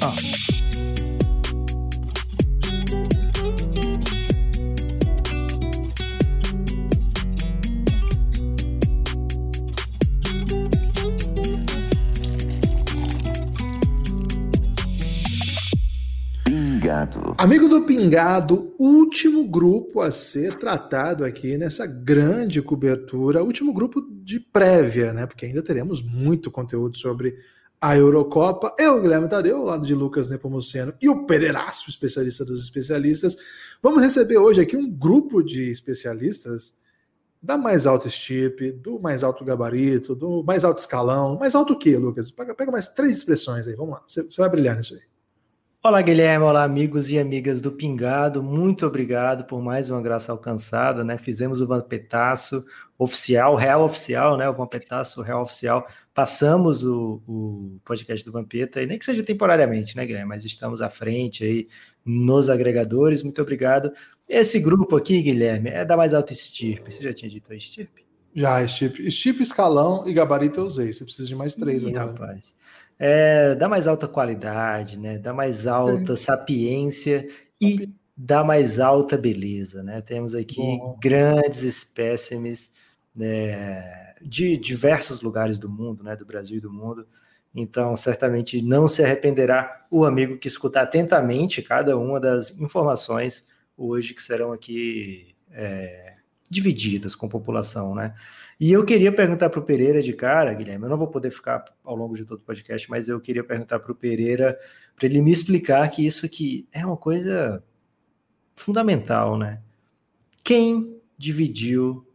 Amigo do Pingado, último grupo a ser tratado aqui nessa grande cobertura, último grupo de prévia, né? Porque ainda teremos muito conteúdo sobre a Eurocopa. Eu, Guilherme Tadeu, ao lado de Lucas Nepomuceno e o Pereiraço, especialista dos especialistas, vamos receber hoje aqui um grupo de especialistas da mais alta estirpe, do mais alto gabarito, do mais alto escalão. Mais alto o quê, Lucas? Pega mais 3 expressões aí, vamos lá. Você vai brilhar nisso aí. Olá, Guilherme, olá, amigos e amigas do Pingado, muito obrigado por mais uma graça alcançada, né? Fizemos o Vampetaço oficial, real oficial, né? O Vampetaço real oficial, passamos o podcast do Vampeta, e nem que seja temporariamente, né, Guilherme? Mas estamos à frente aí nos agregadores, muito obrigado. Esse grupo aqui, Guilherme, é da mais alta estirpe. Você já tinha dito a estirpe? Já, estirpe, escalão e gabarito eu usei, você precisa de mais 3 agora. Rapaz. Da mais alta qualidade, né? Da mais alta sapiência e da mais alta beleza, né? Temos aqui grandes espécimes, né, de diversos lugares do mundo, né? Do Brasil e do mundo. Então, certamente não se arrependerá o amigo que escutar atentamente cada uma das informações hoje que serão aqui divididas com a população, né? E eu queria perguntar para o Pereira de cara, Guilherme, eu não vou poder ficar ao longo de todo o podcast, mas eu queria perguntar para o Pereira, para ele me explicar que isso aqui é uma coisa fundamental, né? Quem dividiu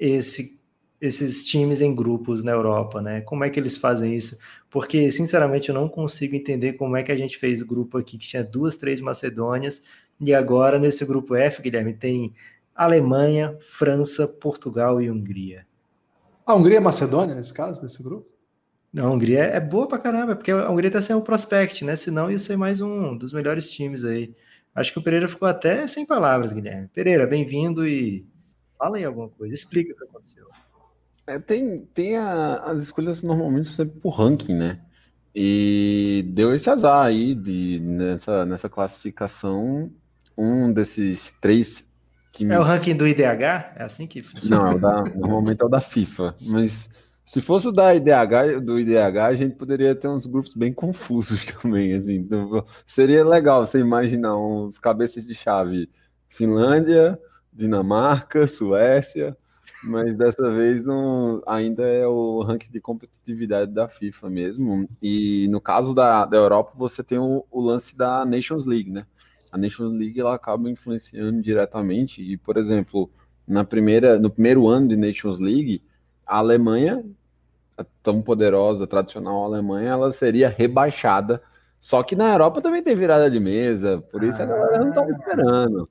esses times em grupos na Europa, né? Como é que eles fazem isso? Porque, sinceramente, eu não consigo entender como é que a gente fez grupo aqui que tinha 2, 3 Macedônias, e agora nesse grupo F, Guilherme, tem Alemanha, França, Portugal e Hungria. A Hungria é Macedônia, nesse caso, nesse grupo? Não, a Hungria é boa pra caramba, porque a Hungria tá sem um prospect, né? Senão ia ser mais um dos melhores times aí. Acho que o Pereira ficou até sem palavras, Guilherme. Pereira, bem-vindo e fala aí alguma coisa, explica o que aconteceu. As escolhas normalmente sempre por ranking, né? E deu esse azar aí nessa classificação, um desses 3 times... É o ranking do IDH? É assim que funciona? Não, normalmente é o da FIFA, mas se fosse o do IDH, a gente poderia ter uns grupos bem confusos também, assim. Então, seria legal você imaginar uns cabeças de chave: Finlândia, Dinamarca, Suécia, mas dessa vez ainda é o ranking de competitividade da FIFA mesmo. E no caso da Europa, você tem o lance da Nations League, né? A Nations League ela acaba influenciando diretamente, e, por exemplo, no primeiro ano de Nations League, a Alemanha, tão poderosa, tradicional Alemanha, ela seria rebaixada, só que na Europa também tem virada de mesa, por isso a galera não estava esperando,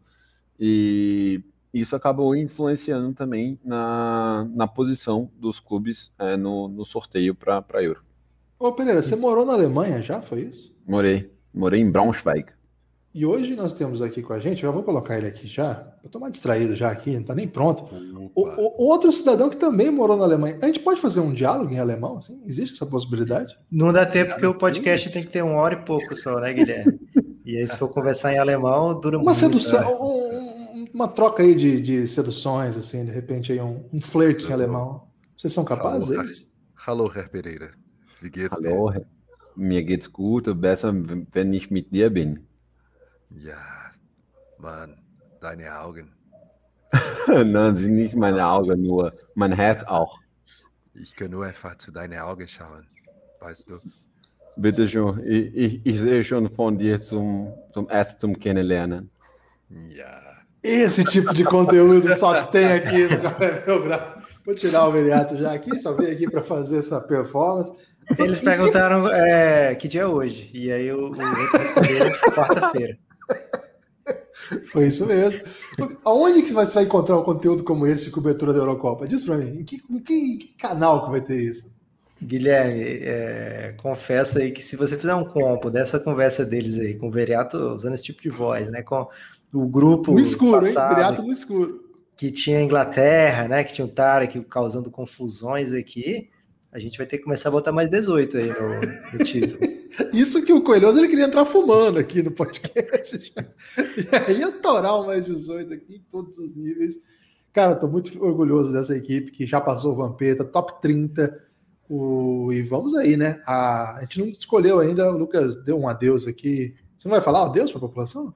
e isso acabou influenciando também na posição dos clubes no sorteio para Euro. Ô Pereira, você morou na Alemanha já, foi isso? Morei em Braunschweig. E hoje nós temos aqui com a gente, eu já vou colocar ele aqui já, eu tô mais distraído já aqui, não tá nem pronto. O outro cidadão que também morou na Alemanha. A gente pode fazer um diálogo em alemão, assim? Existe essa possibilidade? Não dá tempo, porque o podcast tem que ter 1 hora e pouco só, né, Guilherme? E aí, se for conversar em alemão, dura muito. Uma sedução, uma troca aí de seduções, assim, de repente aí um flerte em alemão. Vocês são capazes? Hallo, Herr Pereira. Wie geht's dir? Hallo, mir geht's gut, besser, wenn ich mit dir bin. Ja, Mann, deine Augen. Nein, sind nicht meine Augen nur, mein Herz auch. Ich kann nur einfach zu deinen Augen schauen, weißt du? Bitte schon, ich sehe schon von dir zum Kennenlernen. Ja. Esse tipo de conteúdo só tem aqui no Café Belgrado. Vou tirar o Viriato já aqui, só vim aqui para fazer essa performance. Eles perguntaram que dia é hoje, e aí o outro respondeu quarta-feira. Foi isso mesmo. Aonde que você vai encontrar um conteúdo como esse de cobertura da Eurocopa? Diz pra mim, em que canal que vai ter isso? Guilherme, confesso aí que se você fizer um combo dessa conversa deles aí, com o Viriato usando esse tipo de voz, né, com o grupo no escuro, passado, hein? Viriato no escuro. Que tinha a Inglaterra, né, que tinha o Tarek causando confusões aqui, a gente vai ter que começar a botar mais 18 aí no título. Isso que o Coelhoso ele queria entrar fumando aqui no podcast. E aí ia torar o mais 18 aqui em todos os níveis. Cara, estou muito orgulhoso dessa equipe que já passou o Vampeta, top 30. E vamos aí, né? A gente não escolheu ainda, o Lucas deu um adeus aqui. Você não vai falar adeus para a população?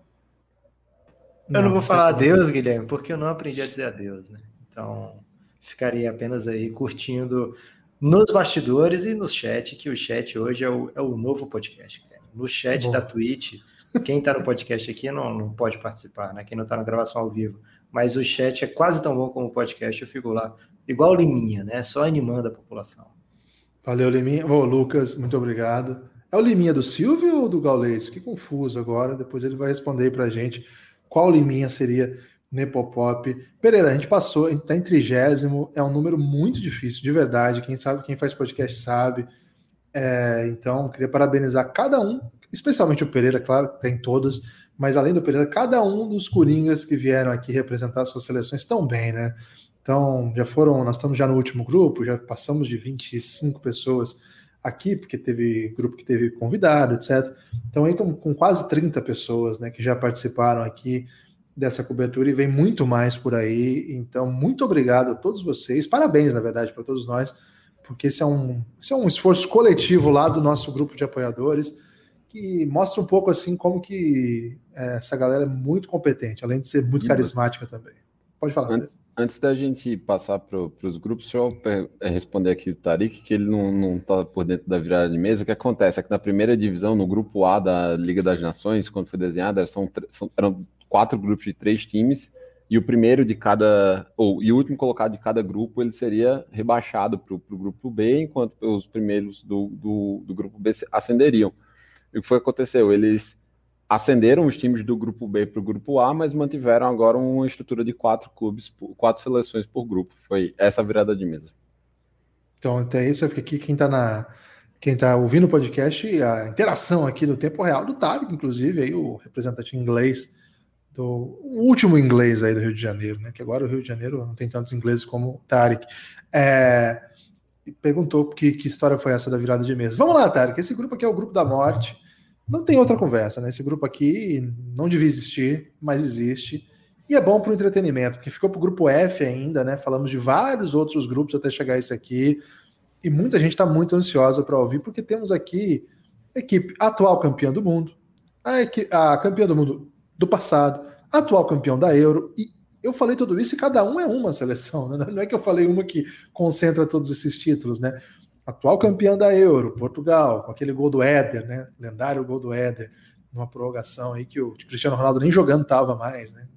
Eu não vou falar adeus, Guilherme, porque eu não aprendi a dizer adeus, né? Então, ficaria apenas aí curtindo nos bastidores e no chat, que o chat hoje é o novo podcast. Cara. No chat da Twitch, quem está no podcast aqui não pode participar, né? Quem não está na gravação ao vivo. Mas o chat é quase tão bom como o podcast, eu fico lá, igual o Liminha, né? Só animando a população. Valeu, Liminha. Lucas, muito obrigado. É o Liminha do Silvio ou do Gaules? Fiquei confuso agora, depois ele vai responder aí pra gente qual Liminha seria Nepopop. Pereira, a gente passou, a gente tá em 30º, é um número muito difícil, de verdade, quem sabe, quem faz podcast sabe. Então, queria parabenizar cada um, especialmente o Pereira, claro, tem todos, mas além do Pereira, cada um dos coringas que vieram aqui representar suas seleções tão bem, né? Então, nós estamos já no último grupo, já passamos de 25 pessoas aqui, porque teve grupo que teve convidado, etc. Então, estamos com quase 30 pessoas, né, que já participaram aqui dessa cobertura e vem muito mais por aí. Então, muito obrigado a todos vocês, parabéns, na verdade, para todos nós, porque esse é um esforço coletivo lá do nosso grupo de apoiadores, que mostra um pouco assim como que essa galera é muito competente, além de ser muito carismática também. Pode falar. Antes da gente passar para os grupos, deixa eu responder aqui o Tariq, que ele não está por dentro da virada de mesa. O que acontece é que na primeira divisão, no grupo A da Liga das Nações, quando foi desenhada, eram 4 grupos de 3 times, e o primeiro de cada, e o último colocado de cada grupo, ele seria rebaixado para o grupo B, enquanto os primeiros do grupo B ascenderiam. E o que foi que aconteceu? Eles ascenderam os times do grupo B para o grupo A, mas mantiveram agora uma estrutura de 4 clubes, 4 seleções por grupo. Foi essa virada de mesa. Então, até isso, porque aqui quem tá ouvindo o podcast, a interação aqui no tempo real do Tarek, inclusive, aí o representante inglês, o último inglês aí do Rio de Janeiro, né? Que agora o Rio de Janeiro não tem tantos ingleses como o Tarek. Perguntou que história foi essa da virada de mesa. Vamos lá, Tarek, esse grupo aqui é o grupo da morte. Não tem outra conversa, né? Esse grupo aqui não devia existir, mas existe. E é bom para o entretenimento, porque ficou para o grupo F ainda, né? Falamos de vários outros grupos até chegar a esse aqui. E muita gente está muito ansiosa para ouvir, porque temos aqui a equipe atual campeã do mundo, a campeã do mundo do passado, atual campeão da Euro. E eu falei tudo isso e cada um é uma seleção, né? Não é que eu falei uma que concentra todos esses títulos, né? Atual campeã da Euro, Portugal, com aquele gol do Éder, né? Lendário gol do Éder, numa prorrogação aí que o Cristiano Ronaldo nem jogando estava mais, né?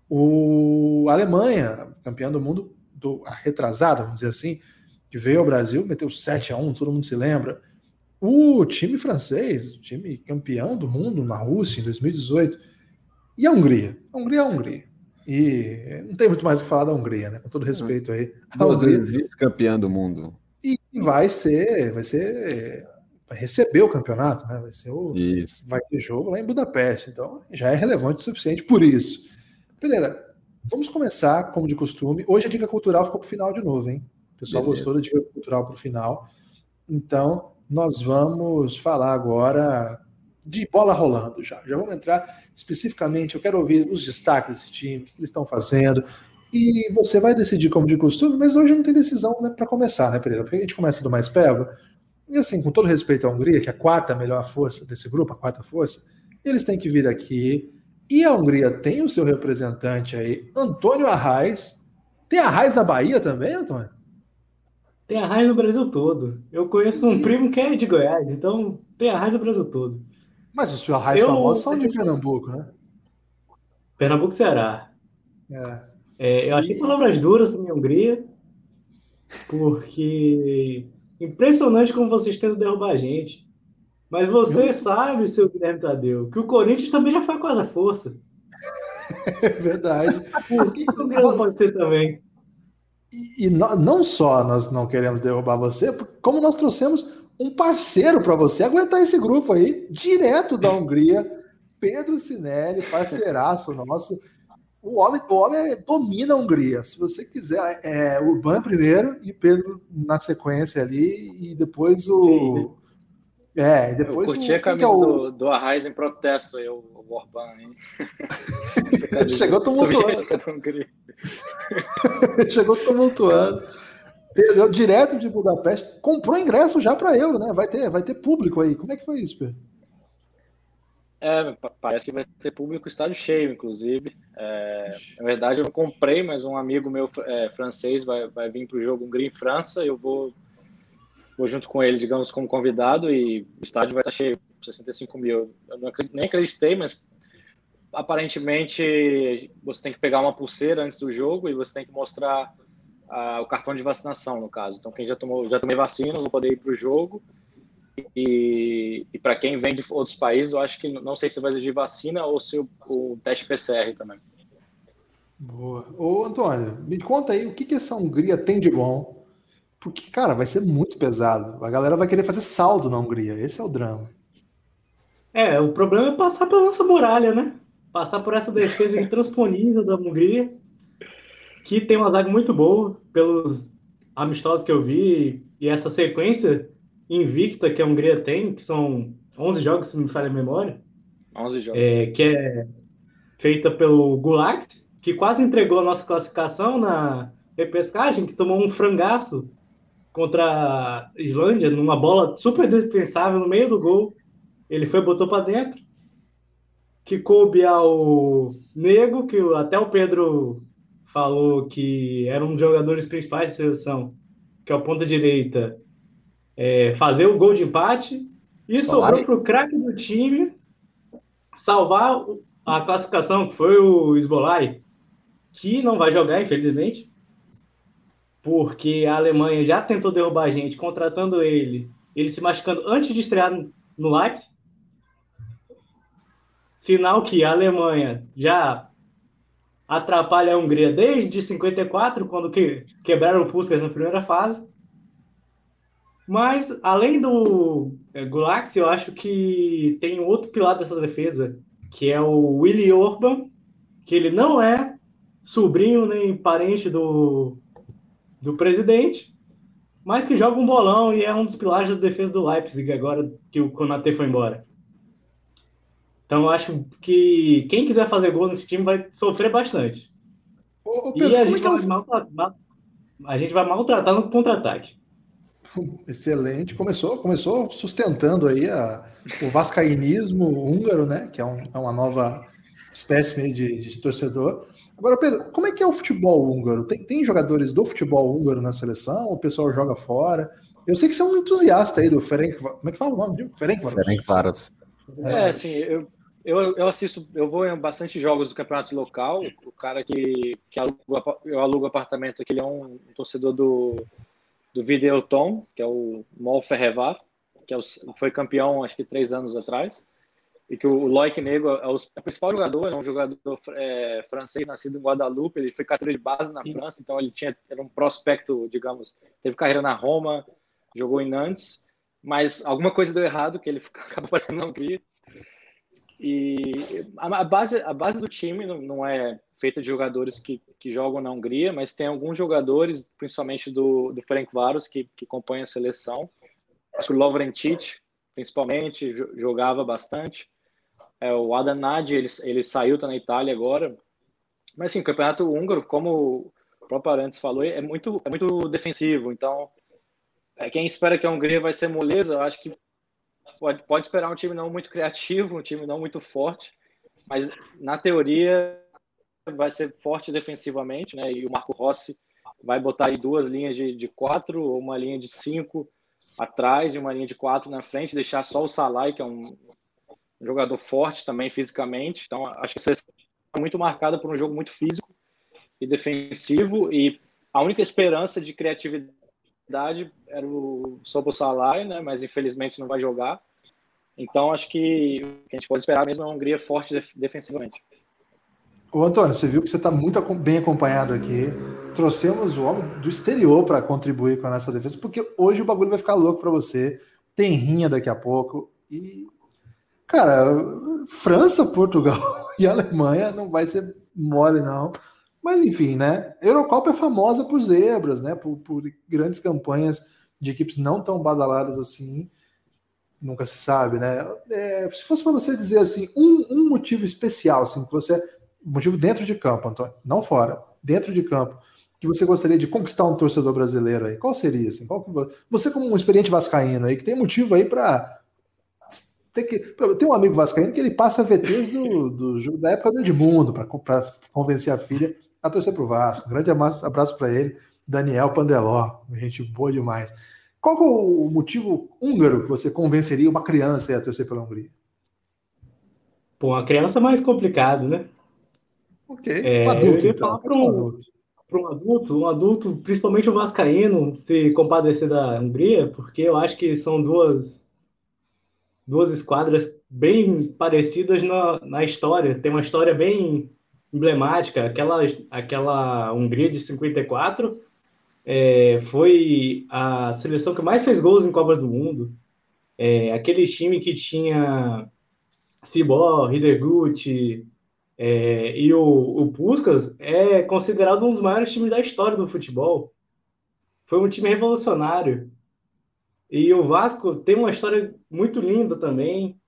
A Alemanha, campeã do mundo retrasada, vamos dizer assim, que veio ao Brasil, meteu 7-1, todo mundo se lembra. O time francês, o time campeão do mundo na Rússia em 2018. E a Hungria? A Hungria é a Hungria. E não tem muito mais o que falar da Hungria, né? Com todo respeito aí. Duas vezes vice-campeã do mundo. E vai receber o campeonato, né? Vai ter jogo lá em Budapeste, então já é relevante o suficiente por isso. Pereira, vamos começar, como de costume. Hoje a dica cultural ficou pro final de novo, hein? O pessoal gostou da dica cultural pro final. Então, nós vamos falar agora de bola rolando já. Já vamos entrar especificamente, eu quero ouvir os destaques desse time, o que eles estão fazendo. E você vai decidir como de costume, mas hoje não tem decisão, né, para começar, né, Pereira? Porque a gente começa do mais pego. E assim, com todo respeito à Hungria, que é a quarta melhor força desse grupo, a quarta força, eles têm que vir aqui. E a Hungria tem o seu representante aí, Antônio Arraiz. Tem Arraiz na Bahia também, Antônio? Tem Arraiz no Brasil todo. Eu conheço um primo que é de Goiás, então tem Arraiz no Brasil todo. Mas os Arraiz famosos são de Pernambuco, né? Pernambuco, Ceará. Eu achei palavras duras para minha Hungria, porque impressionante como vocês tentam derrubar a gente. Mas você sabe, seu Guilherme Tadeu, que o Corinthians também já foi a quarta força. É verdade. Por que o Hungria pode ser também? E não só nós não queremos derrubar você, como nós trouxemos um parceiro para você aguentar esse grupo aí, direto da Hungria, Pedro Sinelli, parceiraço nosso. O homem domina a Hungria. Se você quiser, Urban primeiro e Pedro na sequência ali, e depois É, e Eu depois curti a quem que é camisa o. do Arraiz em protesto, aí, o Orbán, hein? Chegou tumultuando. Soviética da Hungria. Chegou tumultuando. Perdeu direto de Budapeste. Comprou ingresso já para Euro, né? Vai ter público aí. Como é que foi isso, Pedro? Parece que vai ter público estádio cheio, inclusive. Na verdade, eu não comprei, mas um amigo meu francês vai vir para o jogo Hungria em França. Eu vou junto com ele, digamos, como convidado, e o estádio vai estar cheio, 65 mil. Eu nem acreditei, mas aparentemente você tem que pegar uma pulseira antes do jogo e você tem que mostrar o cartão de vacinação, no caso. Então, quem já tomei vacina, não vou poder ir para o jogo. E para quem vem de outros países, eu acho que não sei se vai exigir vacina ou se o teste PCR também. Boa. Ô, Antônio, me conta aí o que essa Hungria tem de bom. Porque, cara, vai ser muito pesado. A galera vai querer fazer saldo na Hungria. Esse é o drama. O problema é passar pela nossa muralha, né? Passar por essa defesa intransponível da Hungria, que tem uma zaga muito boa, pelos amistosos que eu vi, e essa sequência invicta que a Hungria tem, que são 11 jogos, se não me falha a memória. 11 jogos. Que é feita pelo Gulax, que quase entregou a nossa classificação na repescagem, que tomou um frangaço contra a Islândia, numa bola super defensável no meio do gol. Ele foi e botou para dentro, que coube ao Nego, que até o Pedro falou que era um dos jogadores principais da seleção, que é o ponta direita, fazer o gol de empate, e sobrou para o craque do time salvar a classificação, que foi o Szoboszlai, que não vai jogar, infelizmente, porque a Alemanha já tentou derrubar a gente, contratando ele se machucando antes de estrear no Leipzig. Sinal que a Alemanha já atrapalha a Hungria desde 54, quando quebraram o Puskás na primeira fase. Mas, além do Gulax, eu acho que tem outro pilar dessa defesa, que é o Willi Orban, que ele não é sobrinho nem parente do presidente, mas que joga um bolão e é um dos pilares da defesa do Leipzig, agora que o Konaté foi embora. Então, eu acho que quem quiser fazer gol nesse time vai sofrer bastante. Ô, Pedro, e a gente vai maltratar no contra-ataque. Excelente. Começou sustentando aí o vascaínismo húngaro, né? Que é uma nova espécie de torcedor. Agora, Pedro, como é que é o futebol húngaro? Tem jogadores do futebol húngaro na seleção? O pessoal joga fora? Eu sei que você é um entusiasta aí do Ferenc... Como é que fala o nome? Ferencváros. Assim, eu assisto, eu vou em bastante jogos do campeonato local. O cara eu alugo apartamento aqui, ele é um torcedor do Videoton, que é o Mol Ferrevar, que foi campeão acho que 3 anos atrás, e que o Loic Nego é o principal jogador, é um jogador francês nascido em Guadalupe, ele foi categoria de base na França, então ele era um prospecto, digamos, teve carreira na Roma, jogou em Nantes, mas alguma coisa deu errado, que ele acabou parando na Hungria. E a base do time não é feita de jogadores que jogam na Hungria, mas tem alguns jogadores, principalmente do Ferencváros, que compõem a seleção. Acho que o Lovrencic, principalmente, jogava bastante. O Adam Nagy, ele saiu, está na Itália agora. Mas, assim, o campeonato húngaro, como o próprio Arantes falou, é muito defensivo. Então, quem espera que a Hungria vai ser moleza, eu acho que pode esperar um time não muito criativo, um time não muito forte, mas na teoria vai ser forte defensivamente, né? E o Marco Rossi vai botar aí 2 linhas de 4 ou uma linha de 5 atrás e uma linha de 4 na frente, deixar só o Salai, que é um jogador forte também fisicamente. Então, acho que a seleção é muito marcada por um jogo muito físico e defensivo, e a única esperança de criatividade era o Szoboszlai, né? Mas infelizmente não vai jogar. Então, acho que o que a gente pode esperar mesmo é uma Hungria forte defensivamente. Ô, Antônio, você viu que você está muito bem acompanhado aqui. Trouxemos o homem do exterior para contribuir com a nossa defesa, porque hoje o bagulho vai ficar louco para você. Tem rinha daqui a pouco. E, cara, França, Portugal e Alemanha não vai ser mole, não. Mas, enfim, né? A Eurocopa é famosa por zebras, né? Por grandes campanhas de equipes não tão badaladas assim. nunca se sabe, né? Se fosse para você dizer assim, um motivo especial, assim, que você, motivo dentro de campo, Antônio, não fora, dentro de campo, que você gostaria de conquistar um torcedor brasileiro aí, qual seria, assim? Você como um experiente vascaíno aí, que tem motivo aí para tem um amigo vascaíno que ele passa VTs da época do Edmundo para convencer a filha a torcer pro Vasco. Um grande abraço para ele, Daniel Pandeló, gente boa demais. Qual que é o motivo húngaro que você convenceria uma criança a torcer pela Hungria? Pô, uma criança é mais complicado, né? Ok, um adulto, eu iria então. falar para um adulto, principalmente o vascaíno, se compadecer da Hungria, porque eu acho que são duas esquadras bem parecidas na história. Tem uma história bem emblemática. Aquela Hungria de 54 foi a seleção que mais fez gols em Copas do Mundo. Aquele time que tinha Cibor, Hidegkuti e o Puskás é considerado um dos maiores times da história do futebol. Foi um time revolucionário. E o Vasco tem uma história muito linda também.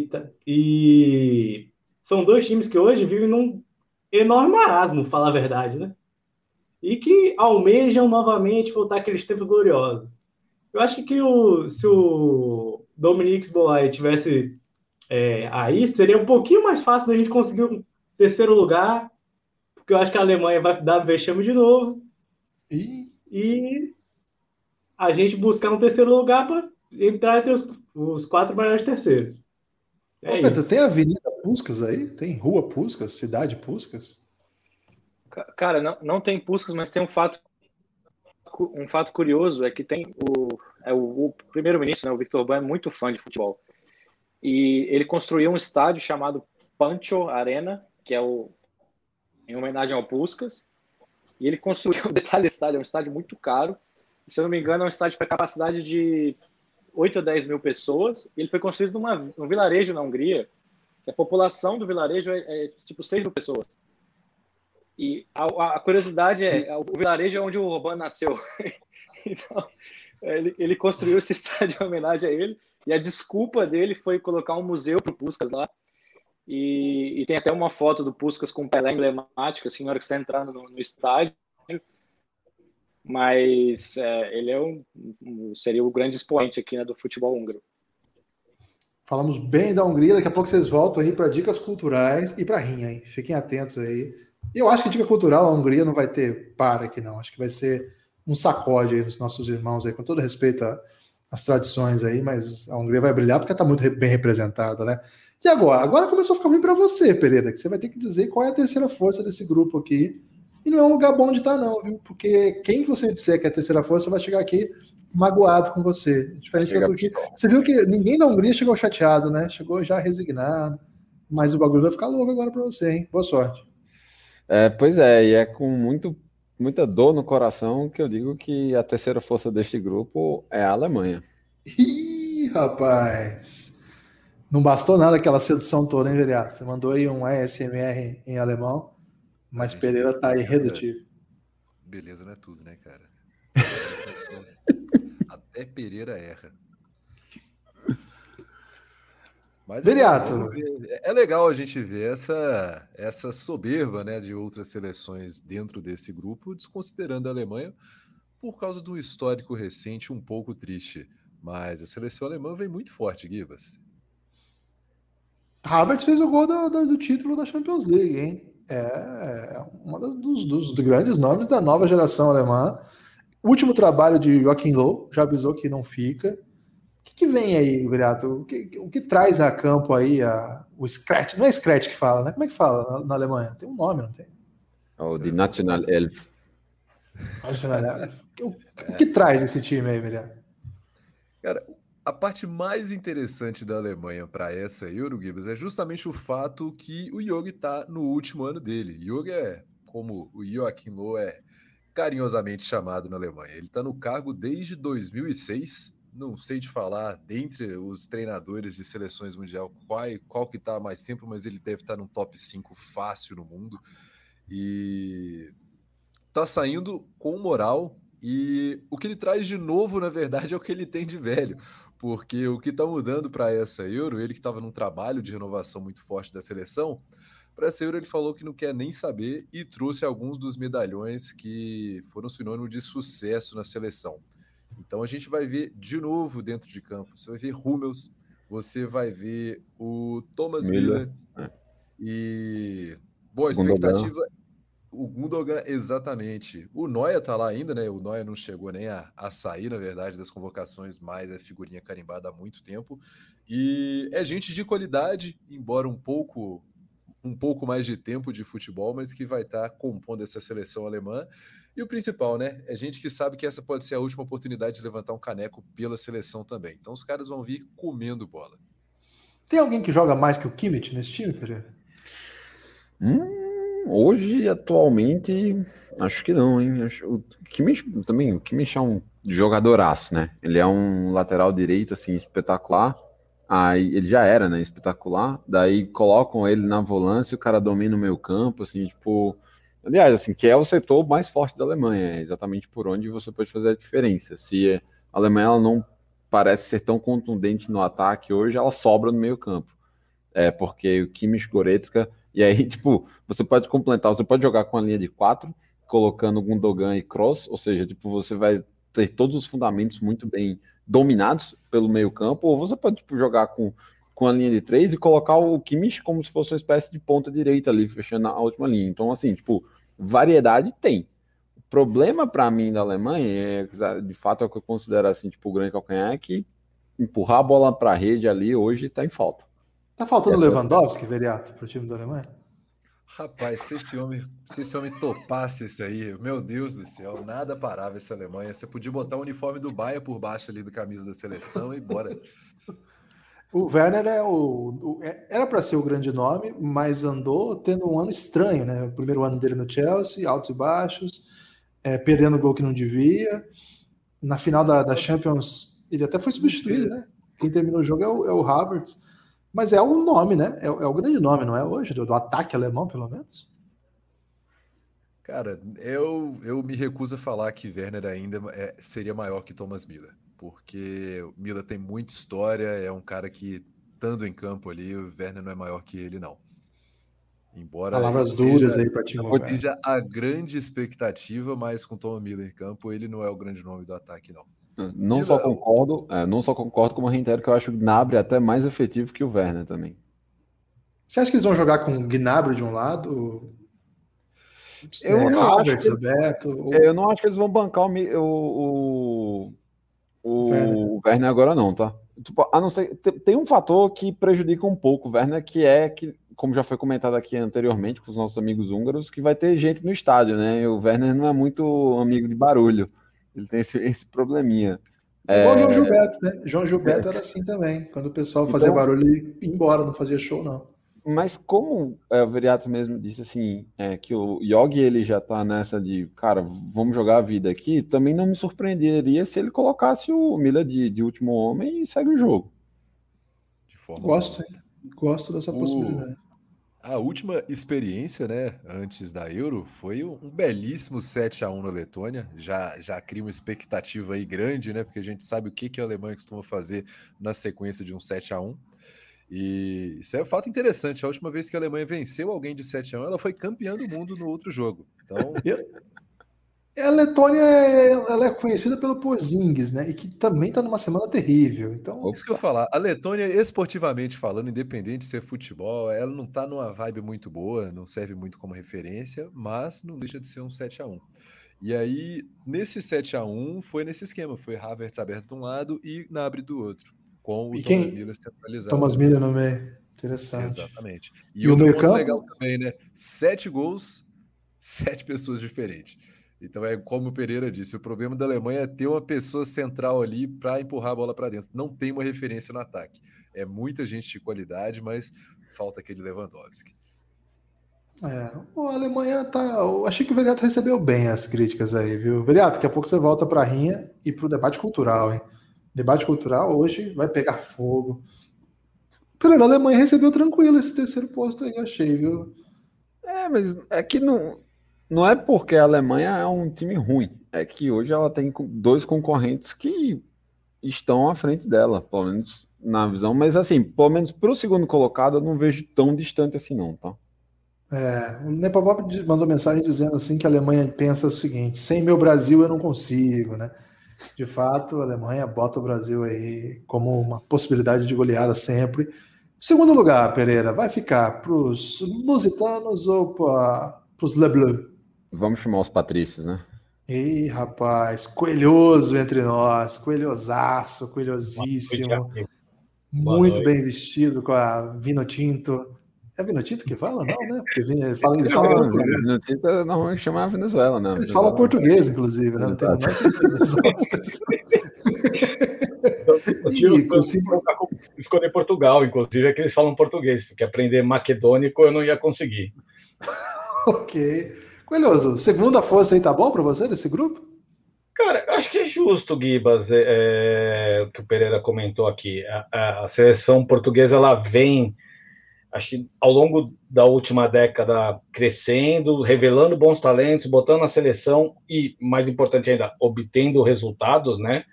E são dois times que hoje vivem num enorme marasmo, falar a verdade, né? E que almejam novamente voltar àqueles tempos gloriosos. Eu acho que se o Dominique Szoboszlai tivesse aí, seria um pouquinho mais fácil da gente conseguir um terceiro lugar, porque eu acho que a Alemanha vai dar vexame de novo. E a gente buscar um terceiro lugar para entrar entre os 4 melhores terceiros. Pedro, tem Avenida Puskás aí? Tem Rua Puskás? Cidade Puskás? Cara, não tem Puskás, mas tem um fato curioso, é que tem o primeiro-ministro, né, o Viktor Orbán, é muito fã de futebol. E ele construiu um estádio chamado Pancho Arena, que é em homenagem ao Puskás. E ele construiu, o detalhe desse estádio, é um estádio muito caro. Se eu não me engano, é um estádio para capacidade de 8 a 10 mil pessoas. E ele foi construído num vilarejo na Hungria, que a população do vilarejo é tipo 6 mil pessoas. E a curiosidade o vilarejo é onde o Orbán nasceu. Então, ele construiu esse estádio em homenagem a ele. E a desculpa dele foi colocar um museu para o Puskás lá. E tem até uma foto do Puskás com Pelé emblemática, assim, na hora que você entrar no estádio. Mas ele seria o grande expoente aqui, né, do futebol húngaro. Falamos bem da Hungria, daqui a pouco vocês voltam aí para dicas culturais e para rinha, hein? Fiquem atentos aí. E eu acho que dica cultural, a Hungria não vai ter para aqui, não. Acho que vai ser um sacode aí dos nossos irmãos aí, com todo respeito às tradições aí, mas a Hungria vai brilhar porque está muito bem representada, né? E agora? Agora começou a ficar ruim para você, Pereira, que você vai ter que dizer qual é a terceira força desse grupo aqui. E não é um lugar bom de estar, não, viu? Porque quem você disser que é a terceira força vai chegar aqui magoado com você. Diferente da Turquia. Você viu que ninguém da Hungria chegou chateado, né? Chegou já resignado. Mas o bagulho vai ficar louco agora para você, hein? Boa sorte. Pois é, e é com muita dor no coração que eu digo que a terceira força deste grupo é a Alemanha. Ih, rapaz! Não bastou nada aquela sedução toda, hein, Veriato? Você mandou aí um ASMR em alemão, mas Pereira tá irredutível. Beleza não é tudo, né, cara? Até Pereira erra. Mas Veriato. É legal a gente ver essa soberba, né, de outras seleções dentro desse grupo, desconsiderando a Alemanha, por causa do histórico recente um pouco triste. Mas a seleção alemã vem muito forte, Guibas. Havertz fez o gol do título da Champions League, hein? É um dos grandes nomes da nova geração alemã. O último trabalho de Joachim Löw já avisou que não fica. O que vem aí, Viriato? O que traz a campo aí o Scratch? Não é Scratch que fala, né? Como é que fala na Alemanha? Tem um nome, não tem? De National Elf. National Elf. O que traz esse time aí, Viriato? Cara, a parte mais interessante da Alemanha para essa Euro, Guibas, é justamente o fato que o Jogi está no último ano dele. Jogi é, como o Joachim Löw é carinhosamente chamado na Alemanha. Ele está no cargo desde 2006. Não sei te falar, dentre os treinadores de seleções mundial, qual que está há mais tempo, mas ele deve estar no top 5 fácil no mundo. E está saindo com moral E o que ele traz de novo, na verdade, é o que ele tem de velho. Porque o que está mudando para essa Euro, ele que estava num trabalho de renovação muito forte da seleção, para essa Euro ele falou que não quer nem saber e trouxe alguns dos medalhões que foram sinônimo de sucesso na seleção. Então a gente vai ver de novo dentro de campo. Você vai ver Hummels, você vai ver o Thomas Müller. E boa expectativa. O Gundogan, exatamente. O Neuer tá lá ainda, né? O Neuer não chegou nem a sair, na verdade, das convocações, mas é figurinha carimbada há muito tempo. E é gente de qualidade, embora um pouco mais de tempo de futebol, mas que vai estar compondo essa seleção alemã. E o principal, né? É gente que sabe que essa pode ser a última oportunidade de levantar um caneco pela seleção também. Então os caras vão vir comendo bola. Tem alguém que joga mais que o Kimmich nesse time, Pereira? Hoje, atualmente, acho que não, hein? O Kimmich é um jogadoraço, né? Ele é um lateral direito, assim, espetacular. Aí ele já era, né? Espetacular. Daí colocam ele na volância, o cara domina o meio campo, assim, tipo... Aliás, assim, que é o setor mais forte da Alemanha, é exatamente por onde você pode fazer a diferença. Se a Alemanha ela não parece ser tão contundente no ataque hoje, ela sobra no meio campo. Porque o Kimmich, Goretzka... E aí, tipo, você pode complementar, você pode jogar com a linha de 4, colocando Gundogan e Kroos, ou seja, tipo, você vai ter todos os fundamentos muito bem dominados pelo meio campo, ou você pode tipo, jogar com a linha de 3 e colocar o Kimmich como se fosse uma espécie de ponta direita ali, fechando a última linha. Então, assim, tipo, variedade tem. O problema para mim da Alemanha, de fato é o que eu considero assim, tipo, o grande calcanhar, é que empurrar a bola para a rede ali hoje está em falta. Tá faltando Lewandowski, Veriato, pro time da Alemanha? Rapaz, se esse homem topasse isso aí, meu Deus do céu, nada parava essa Alemanha. Você podia botar o uniforme do Bayern por baixo ali da camisa da seleção e bora. O Werner era para ser o grande nome, mas andou tendo um ano estranho, né? O primeiro ano dele no Chelsea, altos e baixos, perdendo gol que não devia. Na final da Champions, ele até foi substituído, né? Quem terminou o jogo é o Havertz. Mas é o nome, né? É o grande nome, não é hoje? Do ataque alemão, pelo menos? Cara, eu me recuso a falar que Werner ainda seria maior que Thomas Müller. Porque o Müller tem muita história, é um cara que, estando em campo ali, o Werner não é maior que ele, não. Embora palavras duras aí para Timo Werner. Seja a grande expectativa, mas com Thomas Müller em campo, ele não é o grande nome do ataque, não. Não só concordo, como reitero que eu acho o Gnabry até mais efetivo que o Werner também. Você acha que eles vão jogar com o Gnabry de um lado? Eu não acho que eles vão bancar o Werner agora não, tá? Tipo, a não ser, tem um fator que prejudica um pouco o Werner, que, como já foi comentado aqui anteriormente com os nossos amigos húngaros, que vai ter gente no estádio, né? E o Werner não é muito amigo de barulho. Ele tem esse probleminha. Igual o João Gilberto, né? João Gilberto era assim também. Quando o pessoal fazia barulho, ele ia embora, não fazia show, não. Mas como o Veriato mesmo disse assim, que o Yogi ele já tá nessa de, cara, vamos jogar a vida aqui, também não me surpreenderia se ele colocasse o Müller de último homem e segue o jogo. Gosto dessa possibilidade. A última experiência, né, antes da Euro, foi um belíssimo 7-1 na Letônia. Já cria uma expectativa aí grande, né, porque a gente sabe o que a Alemanha costuma fazer na sequência de um 7-1. E isso é um fato interessante. A última vez que a Alemanha venceu alguém de 7-1, ela foi campeã do mundo no outro jogo. Então... A Letônia ela é conhecida pelo Porzingis, né? E que também está numa semana terrível. Então, isso que eu ia falar. A Letônia, esportivamente falando, independente de ser futebol, ela não está numa vibe muito boa, não serve muito como referência, mas não deixa de ser um 7-1. E aí, nesse 7-1, foi nesse esquema. Foi Havertz aberto de um lado e Gnabry do outro. Com o Thomas Müller centralizado. Thomas Müller no meio. Interessante. Exatamente. E outro ponto legal também, né? 7 gols, 7 pessoas diferentes. Então é como o Pereira disse, o problema da Alemanha é ter uma pessoa central ali para empurrar a bola para dentro. Não tem uma referência no ataque. É muita gente de qualidade, mas falta aquele Lewandowski. A Alemanha tá... Eu achei que o Veriato recebeu bem as críticas aí, viu? Veriato, daqui a pouco você volta para a rinha e para o debate cultural, hein? Debate cultural hoje vai pegar fogo. Pereira, a Alemanha recebeu tranquilo esse terceiro posto aí, achei, viu? Mas é que não Não é porque a Alemanha é um time ruim, é que hoje ela tem 2 concorrentes que estão à frente dela, pelo menos na visão, mas assim, pelo menos para o segundo colocado eu não vejo tão distante assim não, tá? O Nepopop mandou mensagem dizendo assim que a Alemanha pensa o seguinte: sem meu Brasil eu não consigo, né? De fato, a Alemanha bota o Brasil aí como uma possibilidade de goleada sempre. Segundo lugar, Pereira, vai ficar para os lusitanos ou para os Le Bleu? Vamos chamar os patrícios, né? Ih, rapaz, coelhoso entre nós, coelhosaço, coelhosíssimo, muito bem vestido com a Vino Tinto. É Vino Tinto que fala? Não, né? Porque eles falam português. Vino Tinto normalmente chama a Venezuela, né? Eles falam português, inclusive, né? Não tem a menor escolher Portugal, inclusive, é que eles falam português, porque aprender maquedônico eu não ia conseguir. Ok. Coelhoso, segunda força aí tá bom para você nesse grupo? Cara, acho que é justo, Guibas, o que o Pereira comentou aqui. A seleção portuguesa, ela vem, acho que ao longo da última década, crescendo, revelando bons talentos, botando na seleção e, mais importante ainda, obtendo resultados, né?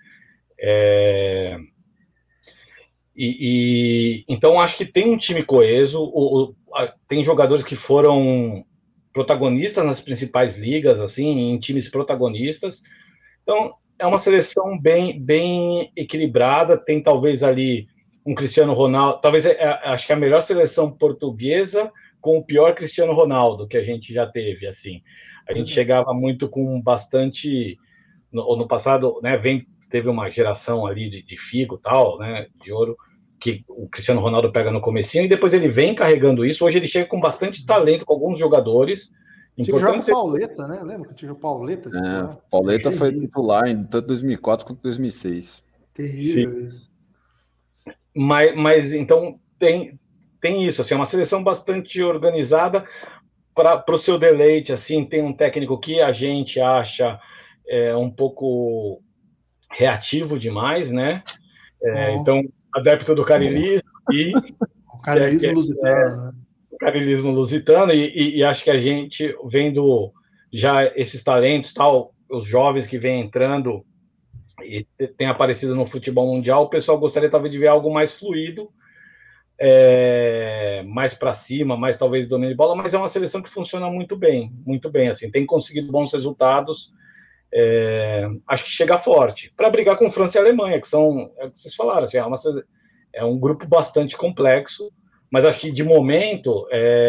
Então, acho que tem um time coeso, tem jogadores que foram protagonistas nas principais ligas, assim, em times protagonistas. Então, é uma seleção bem equilibrada. Tem talvez ali um Cristiano Ronaldo, talvez acho que a melhor seleção portuguesa com o pior Cristiano Ronaldo que a gente já teve, assim. A gente chegava muito com bastante no passado, né, teve uma geração ali de Figo, tal, né, de ouro, que o Cristiano Ronaldo pega no comecinho e depois ele vem carregando isso. Hoje ele chega com bastante talento, com alguns jogadores. Tinha que jogar com o Pauleta, né? Lembra que tinha o Pauleta? Pauleta foi titular em tanto 2004 quanto 2006. Terrível isso. Mas então tem isso, assim, é uma seleção bastante organizada para o seu deleite, assim, tem um técnico que a gente acha um pouco reativo demais, né? Então, adepto do carilismo e o carilismo lusitano, né? O carilismo lusitano e acho que a gente vendo já esses talentos, tal, os jovens que vêm entrando e tem aparecido no futebol mundial, o pessoal gostaria talvez de ver algo mais fluido, mais para cima, mais talvez domínio de bola, mas é uma seleção que funciona muito bem, assim, tem conseguido bons resultados. Acho que chega forte para brigar com França e Alemanha, que são, é o que vocês falaram, assim, é um grupo bastante complexo, mas acho que de momento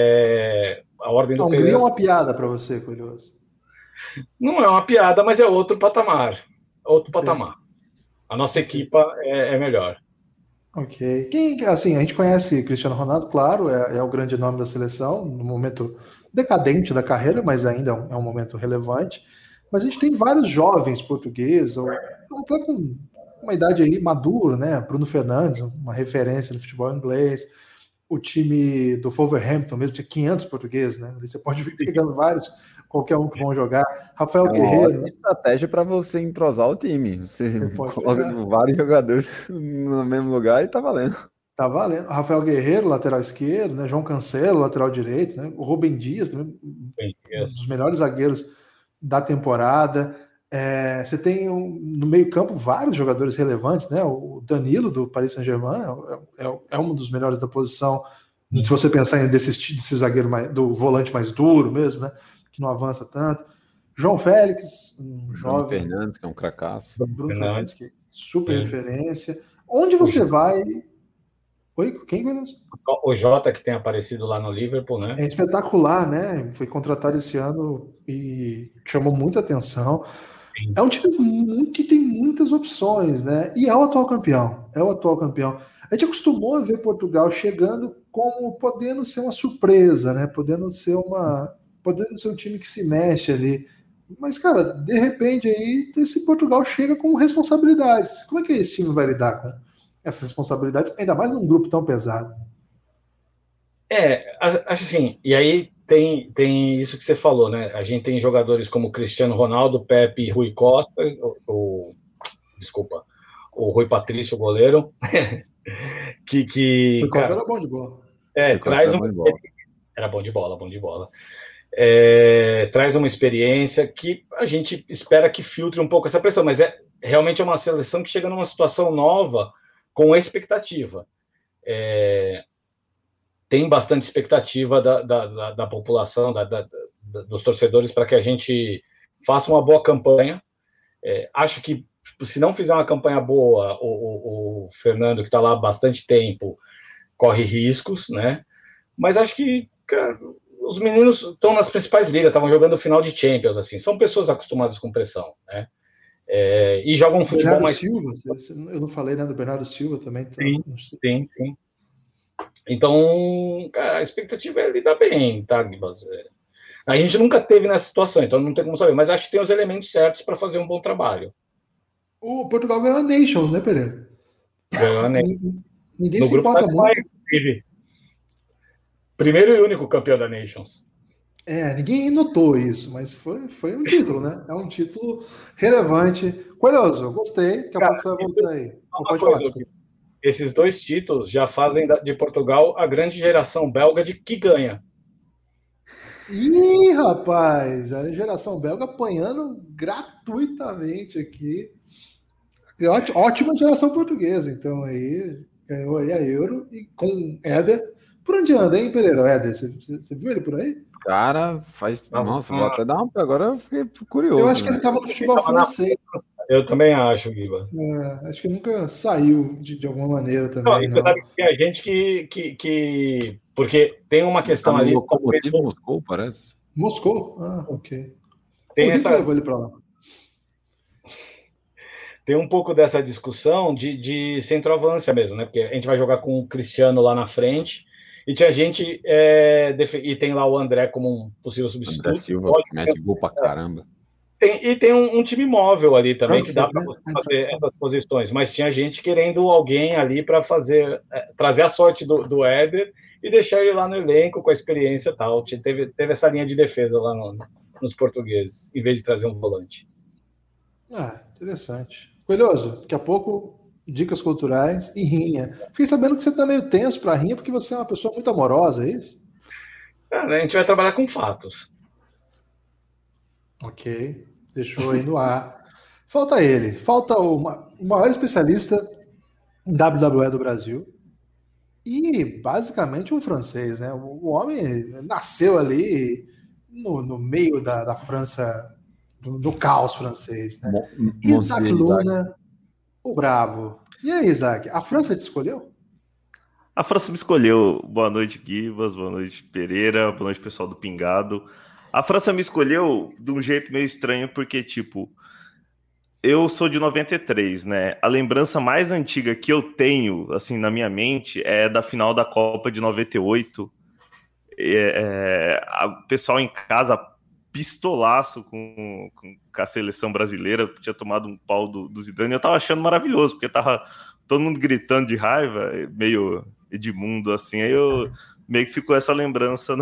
a ordem do Hungria é uma piada para você, Coelhoso? Não é uma piada, mas é outro patamar. Patamar. A nossa equipa é melhor. Ok. Assim, a gente conhece Cristiano Ronaldo, claro, é o grande nome da seleção, no momento decadente da carreira, mas ainda é um momento relevante. Mas a gente tem vários jovens portugueses, ou até com uma idade aí madura, né? Bruno Fernandes, uma referência no futebol inglês. O time do Wolverhampton mesmo tinha 500 portugueses, né? Você pode vir pegando vários, qualquer um que vão jogar. Rafael Guerreiro. Uma estratégia para você entrosar o time. Você coloca vários jogadores no mesmo lugar e tá valendo. Tá valendo. Rafael Guerreiro, lateral esquerdo, né? João Cancelo, lateral direito, né? O Rubem Dias, também, um dos melhores zagueiros da temporada. Você tem no meio-campo vários jogadores relevantes, né? O Danilo do Paris Saint-Germain é um dos melhores da posição. Se você pensar desse zagueiro do volante mais duro mesmo, né? Que não avança tanto. João Félix, um jovem. Bruno Fernandes, que é um cracaço. Bruno Fernandes, que é super referência. Onde você vai? Oi, quem, Guilherme? O Jota, que tem aparecido lá no Liverpool, né? É espetacular, né? Foi contratado esse ano e chamou muita atenção. É um time que tem muitas opções, né? E é o atual campeão. A gente acostumou a ver Portugal chegando como podendo ser uma surpresa, né? Podendo ser um time que se mexe ali. Mas, cara, de repente aí esse Portugal chega com responsabilidades. Como é que esse time vai lidar com essas responsabilidades, ainda mais num grupo tão pesado? Acho assim, e aí tem isso que você falou, né? A gente tem jogadores como Cristiano Ronaldo, Pepe e Rui Costa, desculpa, o Rui Patrício, goleiro, Rui Costa era bom de bola. traz um... Era bom de bola. traz uma experiência que a gente espera que filtre um pouco essa pressão, mas realmente é uma seleção que chega numa situação nova com expectativa. Tem bastante expectativa da população, dos torcedores, para que a gente faça uma boa campanha. Acho que, se não fizer uma campanha boa, o Fernando, que está lá há bastante tempo, corre riscos, né? Mas acho que, cara, os meninos estão nas principais ligas, estavam jogando final de Champions, assim, são pessoas acostumadas com pressão, né? E jogam futebol Bernardo mais... Silva, eu não falei, né, do Bernardo Silva também. Então, sim. Então, cara, a expectativa é lidar bem, tá, Guibas? A gente nunca teve nessa situação, então não tem como saber, mas acho que tem os elementos certos para fazer um bom trabalho. O Portugal ganhou a Nations, né, Pereira? Ganhou a Nations. Ninguém se importa muito. Primeiro e único campeão da Nations. Ninguém notou isso, mas foi um título, né? É um título relevante. Curioso, eu gostei. Daqui a pouco você vai voltar aí. Pode falar, esses 2 títulos já fazem de Portugal a grande geração belga que ganha. Ih, rapaz, a geração belga apanhando gratuitamente aqui. Ótima geração portuguesa, então aí ganhou aí a Euro e com Éder. Por onde anda, hein, Pereira? O Éder, você viu ele por aí? Cara, nossa, vou até dar uma... Agora eu fiquei curioso. Eu acho que ele estava no futebol francês. Eu também acho, Guiba. Acho que nunca saiu de alguma maneira também. Não. Tem a gente que... Porque tem uma questão ali... Locomotivo Moscou, parece. Moscou? Ok. Tem levou ele para lá. Tem um pouco dessa discussão de centroavância mesmo, né? Porque a gente vai jogar com o Cristiano lá na frente, e tinha gente, e tem lá o André como um possível substituto. André Silva, que mete gol pra caramba. Tem um time móvel ali também, que dá para fazer essas posições, mas tinha gente querendo alguém ali para trazer a sorte do Éder e deixar ele lá no elenco com a experiência e tal. Teve essa linha de defesa lá nos portugueses, em vez de trazer um volante. Interessante. Coelhoso, daqui a pouco, dicas culturais e rinha. Fiquei sabendo que você tá meio tenso pra rinha, porque você é uma pessoa muito amorosa, é isso? Cara, a gente vai trabalhar com fatos. Ok, deixou aí no ar. Falta ele, falta o maior especialista em WWE do Brasil e basicamente um francês, né? O homem nasceu ali no meio da França, do caos francês, né? Isaac Luna, o brabo. E aí, Isaac, a França te escolheu? A França me escolheu. Boa noite, Guivas, boa noite, Pereira, boa noite, pessoal do Pingado. A França me escolheu de um jeito meio estranho, porque, tipo, eu sou de 93, né? A lembrança mais antiga que eu tenho, assim, na minha mente, é da final da Copa de 98. O pessoal em casa pistolaço com a seleção brasileira, tinha tomado um pau do Zidane, eu tava achando maravilhoso, porque tava todo mundo gritando de raiva, meio Edmundo, assim, aí eu meio que ficou essa lembrança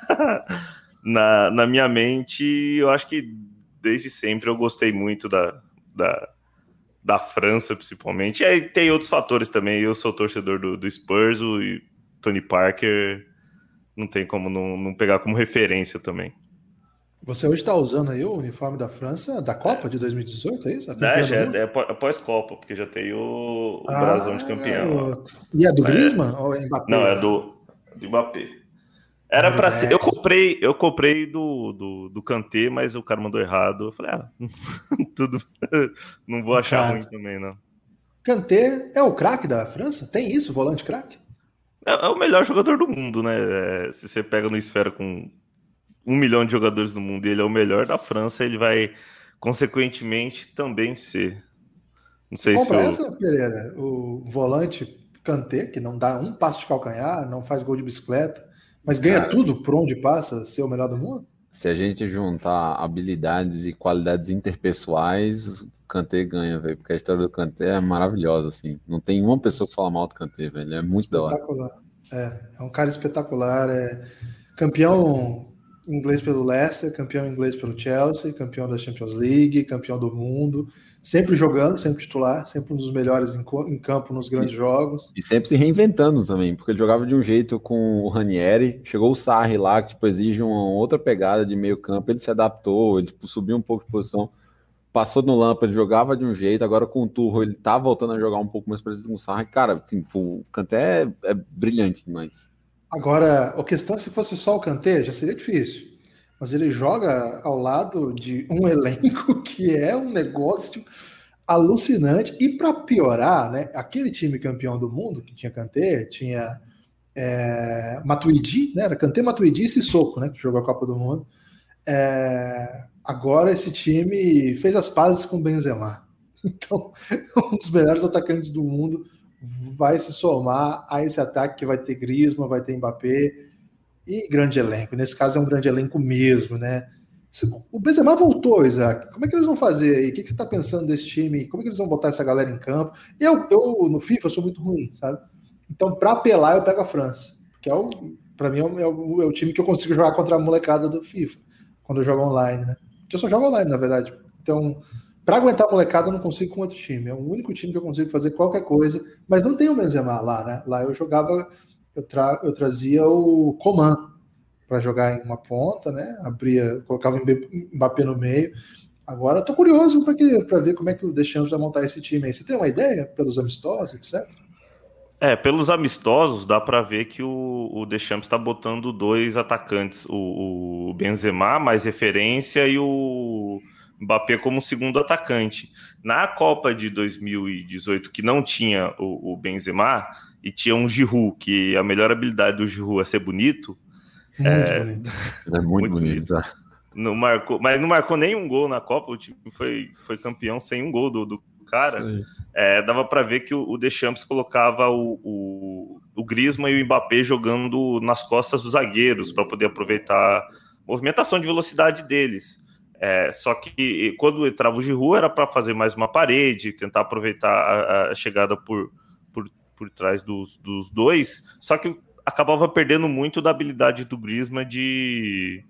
na minha mente, e eu acho que desde sempre eu gostei muito da França, principalmente, e aí tem outros fatores também, eu sou torcedor do Spurs, e Tony Parker não tem como não pegar como referência também. Você hoje está usando aí o uniforme da França, da Copa de 2018, é isso? É pós-Copa, porque já tem o brasão de campeão. E é do Griezmann ou é Mbappé? Não, é do Mbappé. Era para ser. Eu comprei do Kanté, mas o cara mandou errado. Eu falei, tudo. Não vou achar ruim também, não. Kanté é o craque da França? Tem isso, volante craque? É o melhor jogador do mundo, né? Se você pega no Esfera com 1 milhão de jogadores no mundo e ele é o melhor da França, ele vai, consequentemente, também ser. Não sei se essa, Pereira, o volante Kanté, que não dá um passo de calcanhar, não faz gol de bicicleta, mas ganha tudo por onde passa, ser o melhor do mundo? Se a gente juntar habilidades e qualidades interpessoais, o Kanté ganha, velho, porque a história do Kanté é maravilhosa, assim. Não tem uma pessoa que fala mal do Kanté, velho, é muito da hora. É um cara espetacular, campeão inglês pelo Leicester, campeão inglês pelo Chelsea, campeão da Champions League, campeão do mundo, sempre jogando, sempre titular, sempre um dos melhores em campo nos grandes jogos. E sempre se reinventando também, porque ele jogava de um jeito com o Ranieri, chegou o Sarri lá, que tipo, exige uma outra pegada de meio campo, ele se adaptou, ele tipo, subiu um pouco de posição, passou no Lampard, jogava de um jeito, agora com o Tuchel ele tá voltando a jogar um pouco mais parecido com o Sarri. Cara, assim, o Kanté é brilhante demais. Agora, a questão é se fosse só o Kanté, já seria difícil. Mas ele joga ao lado de um elenco que é um negócio alucinante. E para piorar, né, aquele time campeão do mundo, que tinha Kanté, tinha Matuidi, né, era Kanté, Matuidi e Sissoko, né, que jogou a Copa do Mundo. Agora esse time fez as pazes com o Benzema. Então, um dos melhores atacantes do mundo vai se somar a esse ataque que vai ter Griezmann, vai ter Mbappé e grande elenco. Nesse caso é um grande elenco mesmo, né? O Benzema voltou, Isaac. Como é que eles vão fazer aí? O que você está pensando desse time? Como é que eles vão botar essa galera em campo? Eu no FIFA, sou muito ruim, sabe? Então, para apelar, eu pego a França. Que para mim, é o time que eu consigo jogar contra a molecada do FIFA, quando eu jogo online, né? Porque eu só jogo online, na verdade. Então, para aguentar a molecada, eu não consigo com outro time. É o único time que eu consigo fazer qualquer coisa. Mas não tem o Benzema lá, né? Lá eu jogava, eu trazia o Coman para jogar em uma ponta, né? Colocava o Mbappé no meio. Agora eu tô curioso para ver como é que o Deschamps vai montar esse time aí. Você tem uma ideia pelos amistosos, etc? Pelos amistosos dá para ver que o Deschamps está botando dois atacantes, o Benzema mais referência e o Mbappé como segundo atacante. Na Copa de 2018, que não tinha o Benzema e tinha um Giroud, que a melhor habilidade do Giroud é ser bonito. Bonito. É muito bonito. Não marcou, mas não marcou nenhum gol na Copa. O time foi campeão sem um gol do cara. Dava para ver que o Deschamps colocava o Griezmann e o Mbappé jogando nas costas dos zagueiros para poder aproveitar a movimentação de velocidade deles. Só que quando entrava o Giroud era para fazer mais uma parede, tentar aproveitar a chegada por trás dos dois, só que acabava perdendo muito da habilidade do Griezmann de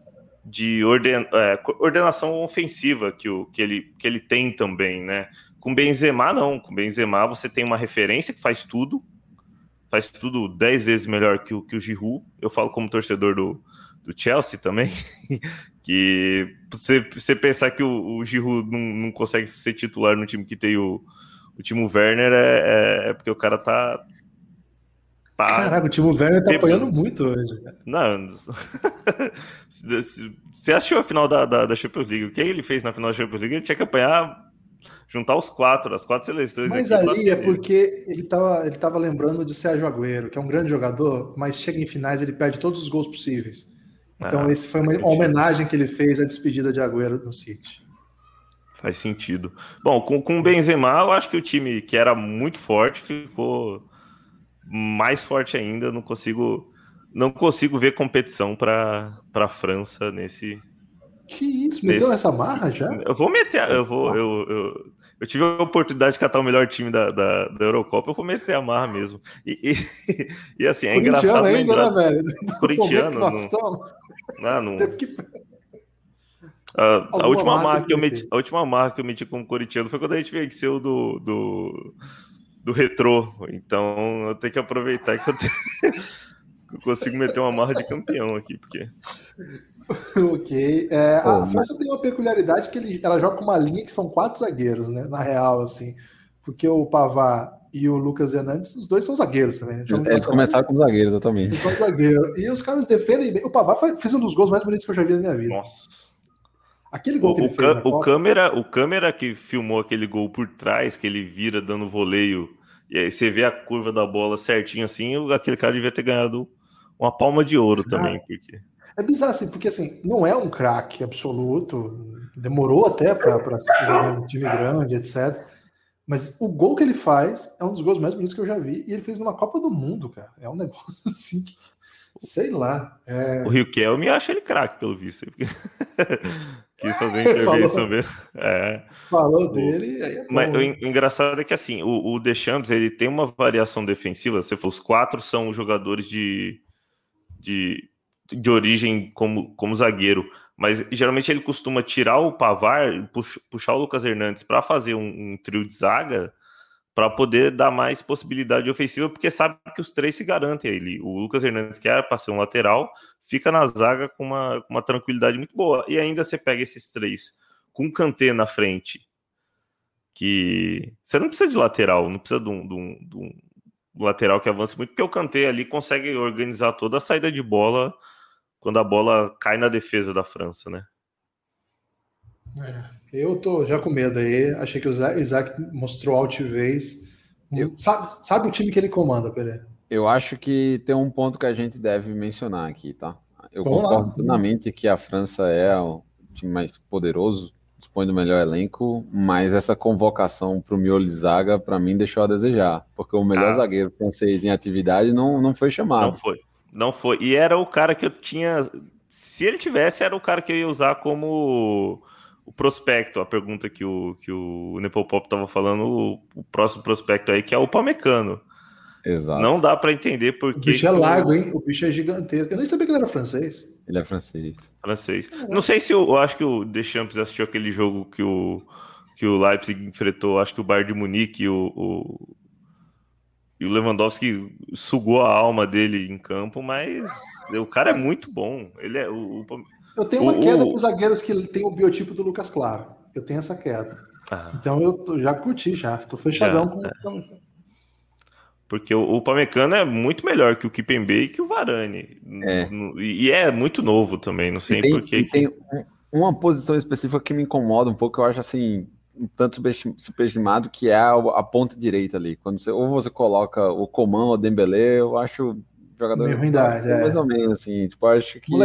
ordenação ofensiva que ele tem também, né? Com Benzema, não. Com Benzema você tem uma referência que faz tudo 10 vezes melhor que o Giroud. Eu falo como torcedor do Chelsea também, que você pensar que o Giroud não consegue ser titular no time que tem o Timo Werner é porque o cara tá... Caraca, o Timo Werner tá apanhando muito hoje. Não, você assistiu a final da Champions League? O que ele fez na final da Champions League? Ele tinha que apanhar, juntar as quatro seleções. Mas ali é porque ele tava lembrando de Sérgio Agüero, que é um grande jogador, mas chega em finais ele perde todos os gols possíveis. Então esse foi uma homenagem que ele fez à despedida de Agüero no City. Faz sentido. Bom, com o Benzema, eu acho que o time que era muito forte ficou mais forte ainda. Não consigo ver competição para a França nesse. Que isso? Meteu essa marra já? Eu vou meter. Eu tive a oportunidade de catar o melhor time da Eurocopa. Eu vou meter a marra mesmo. E assim, é engraçado ainda, lembrar. Né, velho? Corintiano. A última marca que eu meti como corintiano foi quando a gente venceu do Retrô. Então eu tenho que aproveitar que eu consigo meter uma marra de campeão aqui, porque... Ok. A França tem uma peculiaridade que ela joga com uma linha que são 4 zagueiros, né? Na real, assim. Porque o Pavard e o Lucas Hernandes, os dois são zagueiros também. Né? Eles começaram como zagueiros, exatamente. Eles são zagueiros. E os caras defendem bem. O Pavard fez um dos gols mais bonitos que eu já vi na minha vida. Nossa. Aquele gol que ele fez o câmera que filmou aquele gol por trás, que ele vira dando voleio, e aí você vê a curva da bola certinho assim, aquele cara devia ter ganhado uma palma de ouro também. Porque... É bizarro, assim, porque assim, não é um craque absoluto, demorou até para ser um time grande, etc. Mas o gol que ele faz é um dos gols mais bonitos que eu já vi, e ele fez numa Copa do Mundo, cara. É um negócio assim que, sei lá. O Riquelme acha ele craque, pelo visto. Quis fazer intervenção mesmo. Falou dele. Aí é bom, mas o engraçado é que assim, o Deschamps ele tem uma variação defensiva. Você falou, os 4 são jogadores de de origem como zagueiro, mas geralmente ele costuma tirar o Pavard, puxar o Lucas Hernandes para fazer um trio de zaga, para poder dar mais possibilidade ofensiva, porque sabe que os três se garantem ali. O Lucas Hernandes, que era para ser um lateral, fica na zaga com uma tranquilidade muito boa. E ainda você pega esses três com o Kanté na frente, que você não precisa de lateral, não precisa de um lateral que avance muito, porque o Kanté ali consegue organizar toda a saída de bola quando a bola cai na defesa da França, né? Eu tô já com medo aí. Achei que o Isaac mostrou altivez. Sabe o time que ele comanda, Pereira? Eu acho que tem um ponto que a gente deve mencionar aqui, tá? Eu Vamos concordo lá. plenamente que a França é o time mais poderoso, dispõe do melhor elenco, mas essa convocação para o miolo de zaga, para mim, deixou a desejar, porque o melhor zagueiro francês em atividade não foi chamado. Não foi. E era o cara que eu tinha... Se ele tivesse, era o cara que eu ia usar como... O prospecto, a pergunta que o Nepopop estava falando, o próximo prospecto aí, que é o Upamecano. Exato. Não dá para entender porque... O bicho é largo, hein? O bicho é gigantesco. Eu nem sabia que ele era francês. Ele é francês. Não sei se eu acho que o Deschamps assistiu aquele jogo que o Leipzig enfrentou, acho que o Bayern de Munique e o Lewandowski sugou a alma dele em campo, mas o cara é muito bom. Ele é Eu tenho uma queda com zagueiros que tem o biotipo do Lucas Claro. Eu tenho essa queda. Então eu já curti, já. Tô fechadão com o... Porque o Upamecano é muito melhor que o Kimpembe e que o Varane. E é muito novo também, não sei porquê. Tem uma posição específica que me incomoda um pouco, eu acho assim, um tanto subestimado, que é a ponta direita ali. Quando você coloca o Coman ou o Dembélé, eu acho jogador meio ruindade, mais ou menos, assim. Tipo, acho que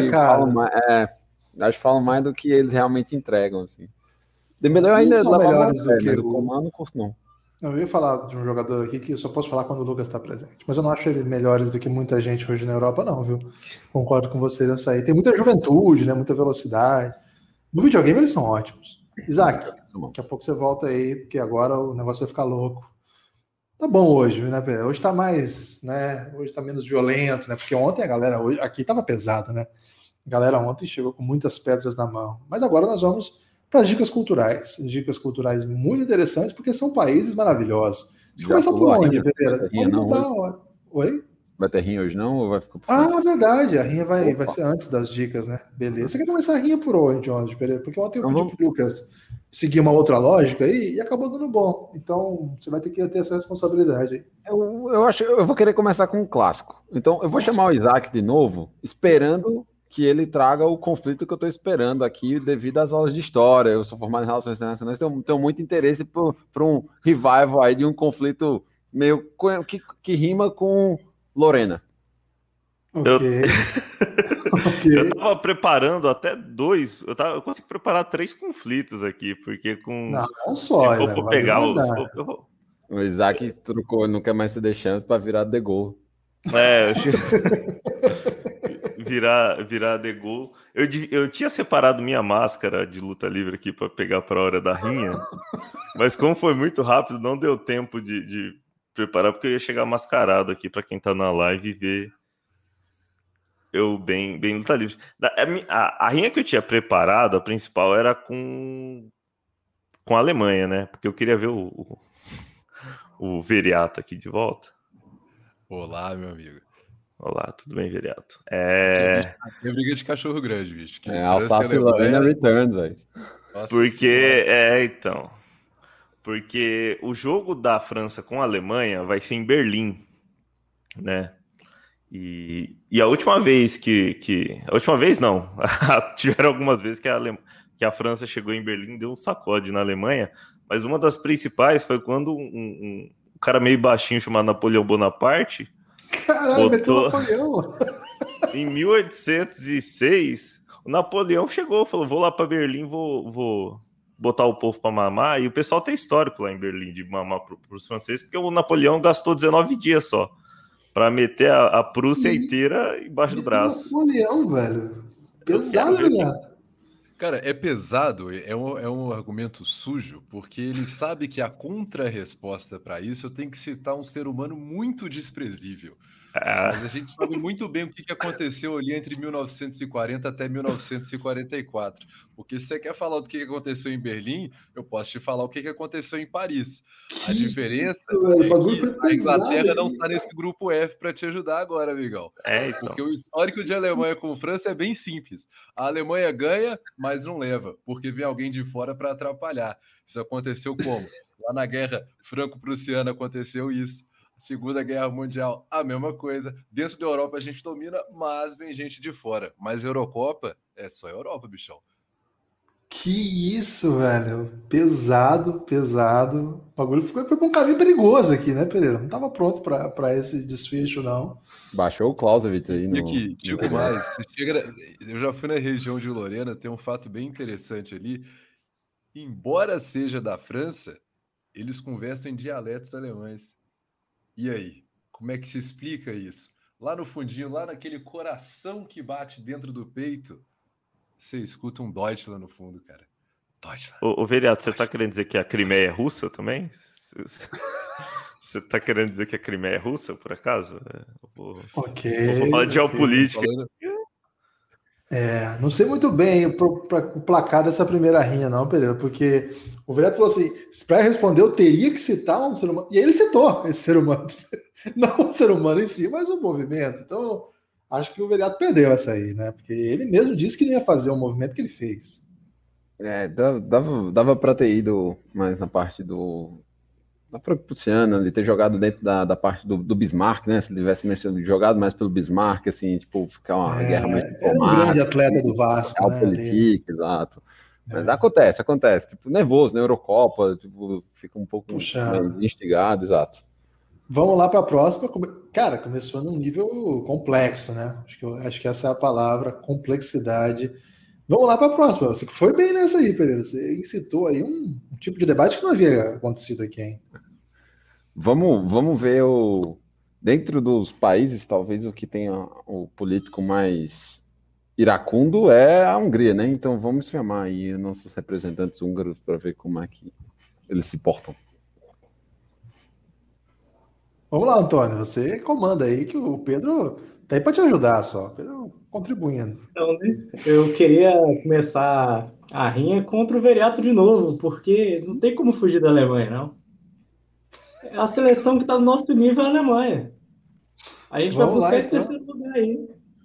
falam mais do que eles realmente entregam, assim. Dembélé ainda são melhores do que o Coman não curto, não. Eu ia falar de um jogador aqui que eu só posso falar quando o Lucas está presente. Mas eu não acho ele melhores do que muita gente hoje na Europa, não, viu? Concordo com vocês nessa aí. Tem muita juventude, né? Muita velocidade. No videogame eles são ótimos. Isaac, daqui a pouco você volta aí, porque agora o negócio vai ficar louco. Tá bom hoje, né, Pedro? Hoje tá mais, né? Hoje tá menos violento, né? Porque ontem a galera aqui tava pesada, né? A galera ontem chegou com muitas pedras na mão. Mas agora nós vamos para as dicas culturais muito interessantes, porque são países maravilhosos. Você começa por onde, Pereira? Pode mudar a hora. Oi? Vai ter rinha hoje não? Ou vai ficar verdade. A rinha vai ser antes das dicas, né? Beleza. Você quer começar a rinha por onde, Pereira? Porque ontem eu pedi pro Lucas seguir uma outra lógica aí e acabou dando bom. Então, você vai ter que ter essa responsabilidade aí. Eu vou querer começar com um clássico. Então, eu vou chamar o Isaac de novo, esperando que ele traga o conflito que eu estou esperando aqui devido às aulas de história. Eu sou formado em relações internacionais, tenho muito interesse por um revival aí de um conflito meio que rima com Lorena. Ok. Eu tava preparando até dois, eu consegui preparar 3 conflitos aqui, porque com... Não só, se for pegar o Isaac trocou, não quer mais se deixando para virar De Gaulle. Virar De Gaulle. Eu tinha separado minha máscara de luta livre aqui para pegar para a hora da rinha, mas como foi muito rápido, não deu tempo de preparar, porque eu ia chegar mascarado aqui para quem tá na live e ver eu bem luta livre. A rinha que eu tinha preparado, a principal, era com a Alemanha, né? Porque eu queria ver o Viriato aqui de volta. Olá, meu amigo. Olá, tudo bem, Viriato? É briga de cachorro grande, bicho. Alsácia e Lorena Returns, velho. Porque o jogo da França com a Alemanha vai ser em Berlim, né? E a última vez a última vez não, tiveram algumas vezes que a França chegou em Berlim, deu um sacode na Alemanha, mas uma das principais foi quando um cara meio baixinho chamado Napoleão Bonaparte, caralho, meteu Napoleão. Em 1806, o Napoleão chegou, falou, vou lá para Berlim, vou botar o povo para mamar, e o pessoal tem histórico lá em Berlim de mamar para os franceses, porque o Napoleão gastou 19 dias só para meter a Prússia inteira embaixo do braço. Napoleão, velho. Pesado, velho. Cara, é pesado, é um argumento sujo, porque ele sabe que a contra-resposta para isso eu tenho que citar um ser humano muito desprezível. Mas a gente sabe muito bem o que aconteceu ali entre 1940 até 1944. Porque se você quer falar do que aconteceu em Berlim, eu posso te falar o que aconteceu em Paris. A diferença velho, o é bagulho que foi a Inglaterra pesado não aí. está nesse grupo F para te ajudar agora, amigão. Então. Porque o histórico de Alemanha com França é bem simples. A Alemanha ganha, mas não leva, porque vem alguém de fora para atrapalhar. Isso aconteceu como? Lá na Guerra Franco-Prussiana aconteceu isso. Segunda Guerra Mundial, a mesma coisa. Dentro da Europa a gente domina, mas vem gente de fora. Mas Eurocopa é só Europa, bichão. Que isso, velho. Pesado, pesado. O bagulho foi pra um caminho perigoso aqui, né, Pereira? Não tava pronto pra esse desfecho, não. Baixou o Clausewitz aí. E aqui, digo mais, eu já fui na região de Lorena, tem um fato bem interessante ali. Embora seja da França, eles conversam em dialetos alemães. E aí, como é que se explica isso? Lá no fundinho, lá naquele coração que bate dentro do peito, você escuta um Deutschland no fundo, cara. Deutschland. Ô, Veriato, você tá querendo dizer que a Crimeia é russa também? Você tá querendo dizer que a Crimeia é russa, por acaso? Vou falar de geopolítica. Não sei muito bem o placar dessa primeira rinha, não, Pereira, porque o Veriato falou assim: para responder, eu teria que citar um ser humano. E aí ele citou esse ser humano. Não o ser humano em si, mas o movimento. Então, acho que o Veriato perdeu essa aí, né? Porque ele mesmo disse que não ia fazer o movimento que ele fez. Dava para ter ido mais na parte da Franco-Prussiana, ele ter jogado dentro da parte do Bismarck, né? Se ele tivesse jogado mais pelo Bismarck, assim, tipo, ficar uma guerra mais diplomática. Era um grande atleta do Vasco, né? Política, exato. Mas acontece. Tipo, nervoso na Eurocopa, tipo, fica um pouco mais instigado, exato. Vamos lá para a próxima. Cara, começou num nível complexo, né? Acho que essa é a palavra, complexidade. Vamos lá para a próxima. Você que foi bem nessa aí, Pereira. Você incitou aí um tipo de debate que não havia acontecido aqui, hein? Vamos ver dentro dos países, talvez o que tenha o político mais iracundo é a Hungria, né? Então vamos chamar aí nossos representantes húngaros para ver como é que eles se portam. Vamos lá, Antônio. Você comanda aí que o Pedro tá aí para te ajudar só. O Pedro contribuindo. Então, né, eu queria começar a rinha contra o Veriato de novo, porque não tem como fugir da Alemanha, não. A seleção que está no nosso nível é a Alemanha. A gente vai buscar esse terceiro lugar aí.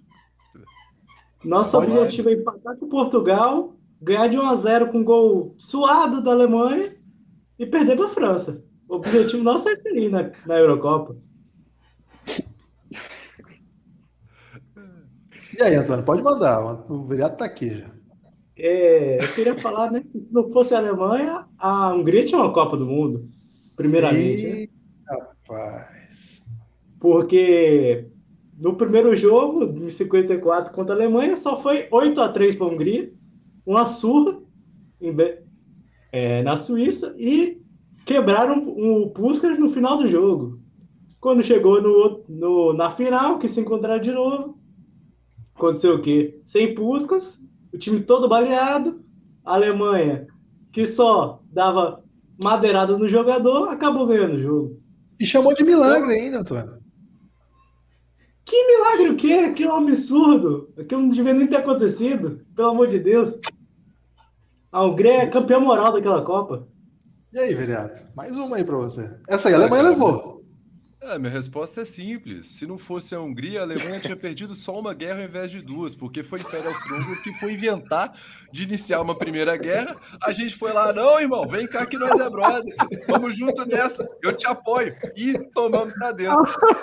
Nosso objetivo é empatar com Portugal, ganhar de 1-0 com um gol suado da Alemanha e perder para a França. O objetivo nosso é esse aí na Eurocopa. E aí, Antônio, pode mandar. O Veriato tá aqui já. Eu queria falar, né, que se não fosse a Alemanha, a Hungria tinha uma Copa do Mundo, primeiramente. Rapaz. Porque no primeiro jogo, em 54, contra a Alemanha, só foi 8-3 para a Hungria, uma surra na Suíça, e quebraram o Puskás no final do jogo. Quando chegou na final, que se encontraram de novo, aconteceu o quê? Sem Puskás, o time todo baleado, a Alemanha, que só dava madeirada no jogador, acabou ganhando o jogo. E chamou de milagre ainda, Antônio. Que milagre o quê? Aquilo é um absurdo. Aquilo não devia nem ter acontecido, pelo amor de Deus. A Hungria é campeã moral daquela Copa. E aí, Veriato? Mais uma aí pra você. Essa aí a Alemanha levou. Minha resposta é simples. Se não fosse a Hungria, a Alemanha tinha perdido só uma guerra ao invés de duas, porque foi o Império Austro-Húngaro que foi inventar de iniciar uma primeira guerra. A gente foi lá, não, irmão, vem cá que nós é brother. Vamos junto nessa, eu te apoio. E tomamos pra dentro.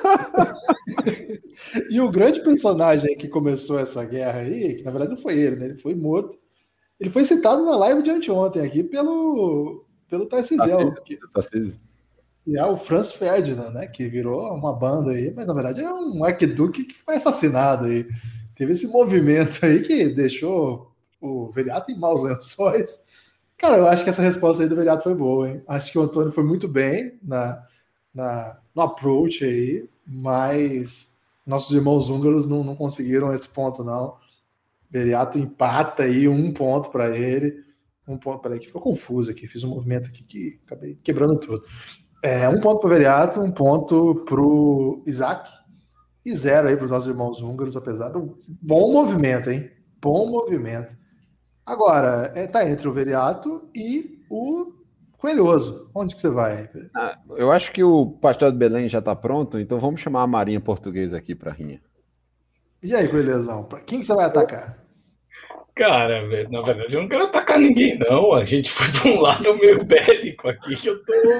E o grande personagem que começou essa guerra aí, que na verdade não foi ele, né? Ele foi morto. Ele foi citado na live de anteontem aqui pelo Tarcísio. E é o Franz Ferdinand, né? Que virou uma banda aí, mas na verdade é um arquiduque que foi assassinado aí. Teve esse movimento aí que deixou o Veriato em maus lençóis. Cara, eu acho que essa resposta aí do Veriato foi boa, hein? Acho que o Antônio foi muito bem no approach aí, mas nossos irmãos húngaros não conseguiram esse ponto, não. Veriato empata aí 1 ponto para ele. 1 ponto para ele, que ficou confuso aqui. Fiz um movimento aqui que acabei quebrando tudo. 1 ponto para o Veriato, 1 ponto para o Isaac. E 0 aí para os nossos irmãos húngaros, apesar do bom movimento, hein? Bom movimento. Agora, tá entre o Viriato e o Coelhoso. Onde que você vai? Eu acho que o pastel de Belém já está pronto, então vamos chamar a Marinha Portuguesa aqui para rinha. E aí, Coelhosão, para quem que você vai atacar? Cara, na verdade, eu não quero atacar ninguém, não. A gente foi para um lado meio bélico aqui, que eu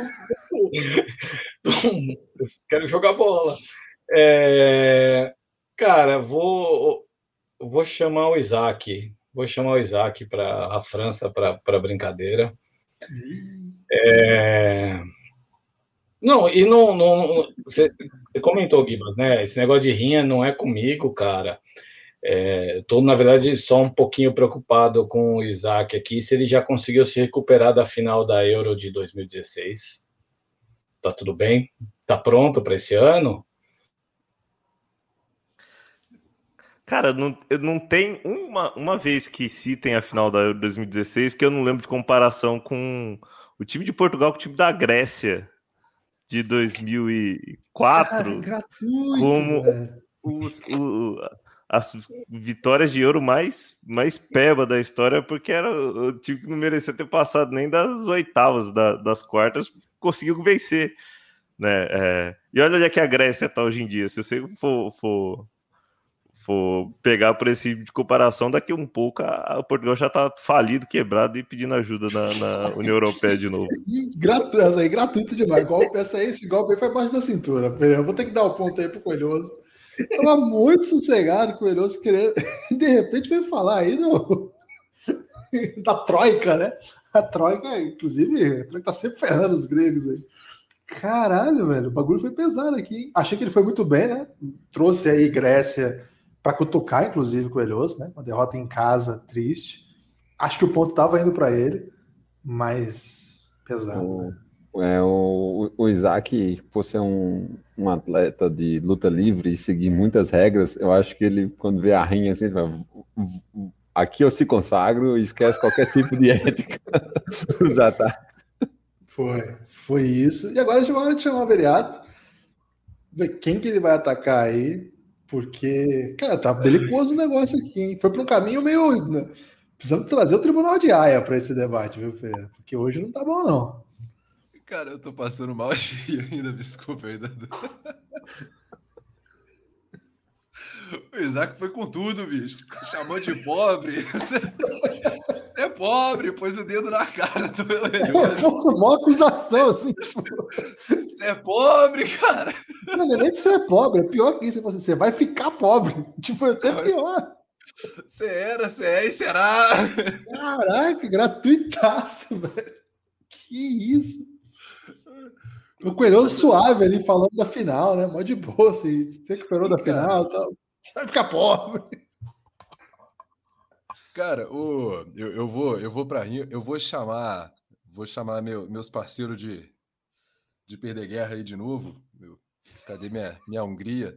eu quero jogar bola. Cara, vou chamar o Isaac. Vou chamar o Isaac para a França para brincadeira. Não, e não você comentou, Guibas, né? Esse negócio de rinha não é comigo, cara. Estou, na verdade, só um pouquinho preocupado com o Isaac aqui, se ele já conseguiu se recuperar da final da Euro de 2016. Tá tudo bem? Tá pronto para esse ano? Cara, não tem uma vez que citem a final da Euro 2016 que eu não lembro de comparação com o time de Portugal com o time da Grécia de 2004. Gratuito, como as vitórias de Euro mais peba da história, porque era o time que não merecia ter passado nem das oitavas, das quartas, conseguiu vencer, né? E olha onde é que a Grécia está hoje em dia. Se você for pegar por esse tipo de comparação, daqui um pouco o Portugal já está falido, quebrado e pedindo ajuda na União Europeia de novo. Essa aí, gratuito demais. Esse golpe aí foi abaixo da cintura. Eu vou ter que dar o ponto aí pro Coelhoso. Tava muito sossegado, Coelhoso, querendo. De repente veio falar aí da Troika, né? A Troika, inclusive, tá sempre ferrando os gregos aí. Caralho, velho, o bagulho foi pesado aqui, hein? Achei que ele foi muito bem, né? Trouxe aí Grécia para cutucar, inclusive, o Coelhoso, né? Uma derrota em casa, triste. Acho que o ponto tava indo para ele, mas pesado. O Isaac, por ser um atleta de luta livre e seguir muitas regras, eu acho que ele, quando vê a rinha assim, ele vai, aqui eu se consagro e esquece qualquer tipo de ética dos ataques. Foi isso. E agora chegou a hora de chamar o Viriato, ver quem que ele vai atacar aí, porque, cara, tá belicoso o negócio aqui, hein? Foi para um caminho meio... Né? Precisamos trazer o Tribunal de Haia para esse debate, viu, Pereira? Porque hoje não tá bom, não. Cara, eu tô passando mal ainda, desculpa ainda. O Isaac foi com tudo, bicho. Chamou de pobre. Você é pobre, pôs o dedo na cara do Mó acusação, assim. Você é pobre, cara. Não é nem que você é pobre, é pior que isso. Você vai ficar pobre. Tipo, é até pior. Você era, você é e será. Caraca, gratuitaço, velho. Que isso. O Coelhoso suave ali, falando da final, né? Mó de boa, assim. Você recuperou da final, tá? Você vai ficar pobre. Cara, eu vou pra Rio, eu vou chamar meus parceiros de perder guerra aí de novo. Cadê minha Hungria?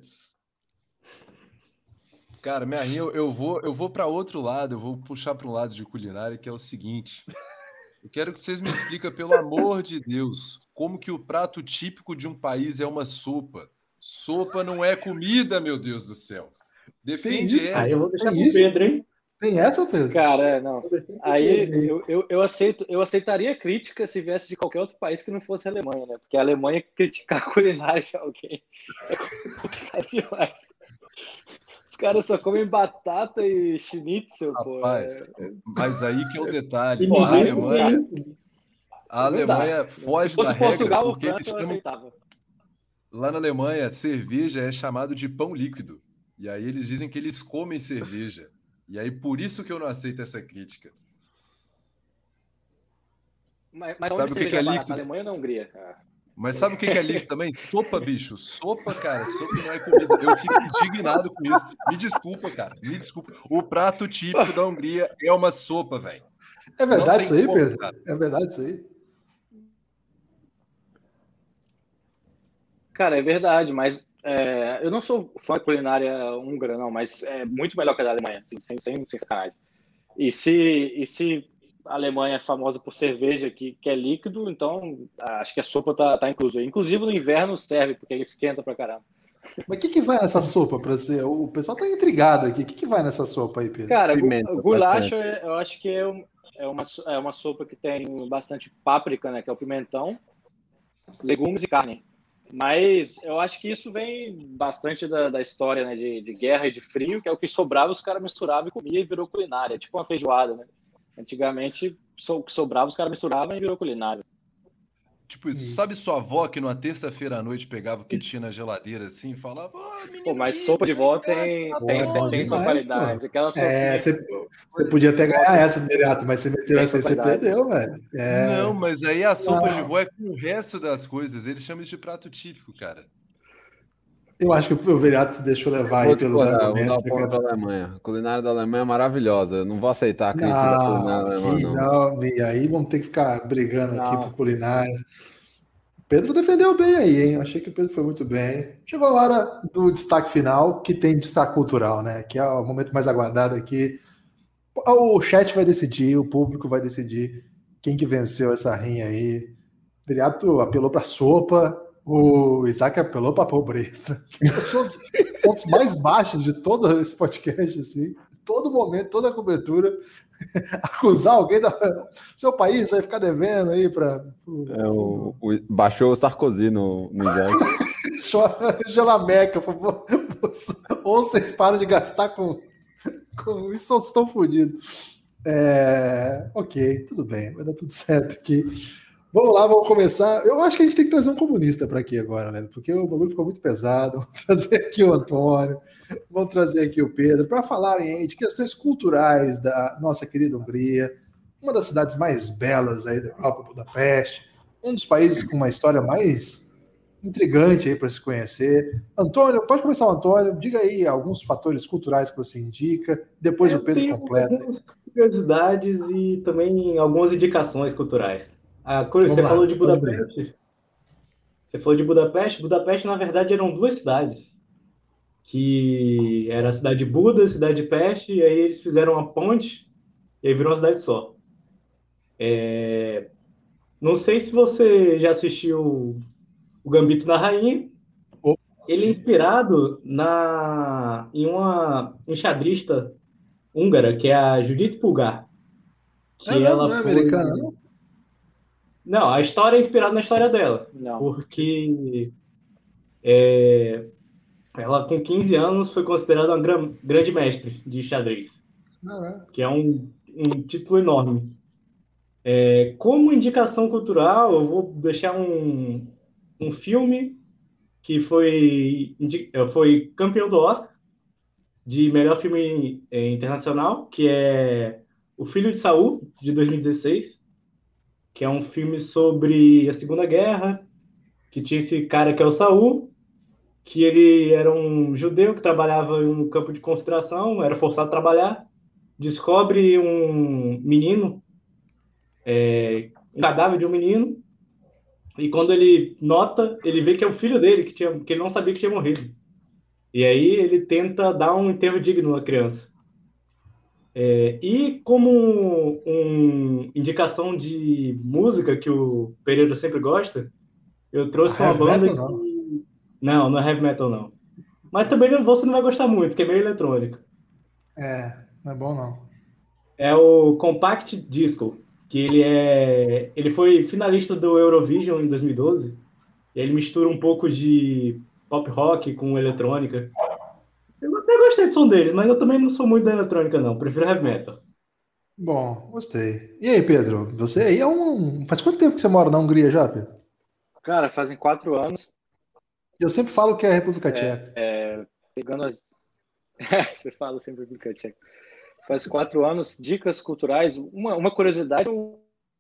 Cara, minha Rio, eu vou para outro lado, eu vou puxar para um lado de culinária, que é o seguinte. Eu quero que vocês me expliquem, pelo amor de Deus, como que o prato típico de um país é uma sopa. Sopa não é comida, meu Deus do céu. Defende essa. Aí eu vou deixar pro Pedro, hein? Tem essa, Pedro? Cara, não. Aí eu aceitaria a crítica se viesse de qualquer outro país que não fosse a Alemanha, né? Porque a Alemanha criticar a culinária de alguém é complicado demais. Os caras só comem batata e schnitzel, Rapaz, pô. Mas aí que é o detalhe. Pô, A Alemanha foge da regra porque eles chamam... Lá na Alemanha, cerveja é chamado de pão líquido. E aí eles dizem que eles comem cerveja. E aí por isso que eu não aceito essa crítica. Mas sabe o que é líquido? Na Alemanha ou na Hungria, cara? Mas sabe o que é líquido também? Sopa, bicho. Sopa, cara. Sopa não é comida. Eu fico indignado com isso. Me desculpa, cara. Me desculpa. O prato típico da Hungria é uma sopa, velho. É verdade isso aí, Pedro? Cara. É verdade isso aí? Cara, é verdade, mas eu não sou fã de culinária húngara, não, mas é muito melhor que a da Alemanha, assim, sem sacanagem. E se a Alemanha é famosa por cerveja, que é líquido, então acho que a sopa tá incluso. Inclusive no inverno serve, porque ele esquenta pra caramba. Mas o que vai nessa sopa para ser? O pessoal tá intrigado aqui. O que vai nessa sopa aí, Pedro? Cara, Pimenta, goulash eu acho que é uma sopa que tem bastante páprica, né? Que é o pimentão, legumes e carne. Mas eu acho que isso vem bastante da história, né? De guerra e de frio, que é o que sobrava, os caras misturavam e comia e virou culinária. Tipo uma feijoada, né? Antigamente, o que sobrava, os caras misturavam e virou culinária. Tipo isso. Sabe sua avó que numa terça-feira à noite pegava o que tinha na geladeira assim e falava: Pô, mas sopa de vó tem sua qualidade. Aquela sopinha... Você podia até ganhar essa, Miriato, mas você meteu essa e você perdeu, velho. Não, mas aí a sopa de vó é com o resto das coisas. Eles chamam isso de prato típico, cara. Eu acho que o Viriato se deixou levar aí pelos argumentos. Vou dar da Alemanha. A culinária da Alemanha é maravilhosa. Eu não vou aceitar a crítica da culinária alemã, não. E aí vamos ter que ficar brigando aqui por culinária. Pedro defendeu bem aí, hein? Eu achei que o Pedro foi muito bem. Chegou a hora do destaque final, que tem destaque cultural, né? Que é o momento mais aguardado aqui. O chat vai decidir, o público vai decidir quem que venceu essa rinha aí. O Viriato apelou para sopa, o Isaac apelou para pobreza. Todos os pontos mais baixos de todo esse podcast, assim. Todo momento, toda a cobertura. Acusar alguém da seu país vai ficar devendo aí para baixou o Sarkozy no Isaac. Gelameca, por favor. Ou vocês param de gastar com isso, vocês estão fodidos. Ok, tudo bem, vai dar tudo certo aqui. Vamos lá, vamos começar. Eu acho que a gente tem que trazer um comunista para aqui agora, né? Porque o bagulho ficou muito pesado. Vamos trazer aqui o Antônio, vamos trazer aqui o Pedro, para falarem aí de questões culturais da nossa querida Hungria, uma das cidades mais belas aí da Europa, Budapeste, um dos países com uma história mais intrigante aí para se conhecer. Antônio, pode começar o Antônio, diga aí alguns fatores culturais que você indica, depois o Pedro completa. Algumas curiosidades e também algumas indicações culturais. Você falou de Budapeste. Você falou de Budapeste. Budapeste, na verdade, eram duas cidades. Que era a cidade de Buda, a cidade de Peste, e aí eles fizeram uma ponte, e aí virou uma cidade só. Não sei se você já assistiu o Gambito da Rainha. Ele é inspirado em uma enxadrista húngara, que é a Judith Pulgar. Ela não é americana, não? Não, a história é inspirada na história dela. Não. Porque ela, com 15 anos, foi considerada uma grande mestre de xadrez. Que é um título enorme. Como indicação cultural, eu vou deixar um filme que foi campeão do Oscar de melhor filme internacional, que é O Filho de Saul, de 2016. Que é um filme sobre a Segunda Guerra, que tinha esse cara que é o Saul, que ele era um judeu que trabalhava em um campo de concentração, era forçado a trabalhar, descobre um menino, um cadáver de um menino, e quando ele nota, ele vê que é o filho dele, que ele não sabia que tinha morrido. E aí ele tenta dar um enterro digno à criança. E como uma indicação de música que o Pereira sempre gosta, eu trouxe uma banda que... Não é heavy metal, não. Mas também você não vai gostar muito, que é meio eletrônico. Não é bom, não. É o Compact Disco, que ele foi finalista do Eurovision em 2012, e ele mistura um pouco de pop rock com eletrônica. Eu até gostei do som deles, mas eu também não sou muito da eletrônica, não. Prefiro heavy metal. Bom, gostei. E aí, Pedro? Você aí faz quanto tempo que você mora na Hungria já, Pedro? Cara, fazem 4 anos. Eu sempre falo que é a República Tcheca. Pegando Você fala sempre República Tcheca. Faz 4 anos, dicas culturais. Uma curiosidade, o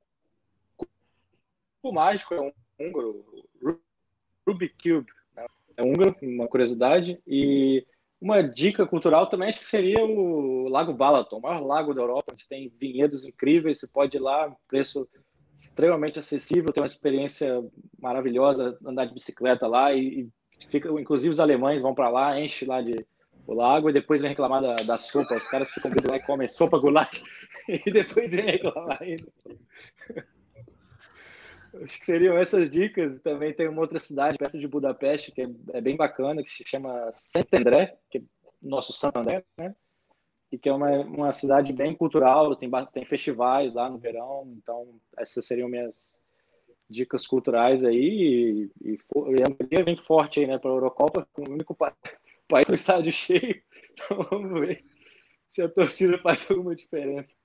mágico é um húngaro, Rubik Cube. Né? É húngaro, uma curiosidade. E uma dica cultural também acho que seria o Lago Balaton, o maior lago da Europa, onde tem vinhedos incríveis, você pode ir lá, preço extremamente acessível, tem uma experiência maravilhosa, andar de bicicleta lá e fica, inclusive os alemães vão para lá, enche lá o lago e depois vem reclamar da sopa, os caras ficam lá e comem sopa goulash e depois vem reclamar ainda. Acho que seriam essas dicas. Também tem uma outra cidade perto de Budapeste que é bem bacana, que se chama Szentendre, que é nosso Santo André, né? E que é uma cidade bem cultural, tem festivais lá no verão. Então, essas seriam minhas dicas culturais aí. E a vem forte aí, né, para a Eurocopa, com o único país com estádio cheio. Então, vamos ver se a torcida faz alguma diferença.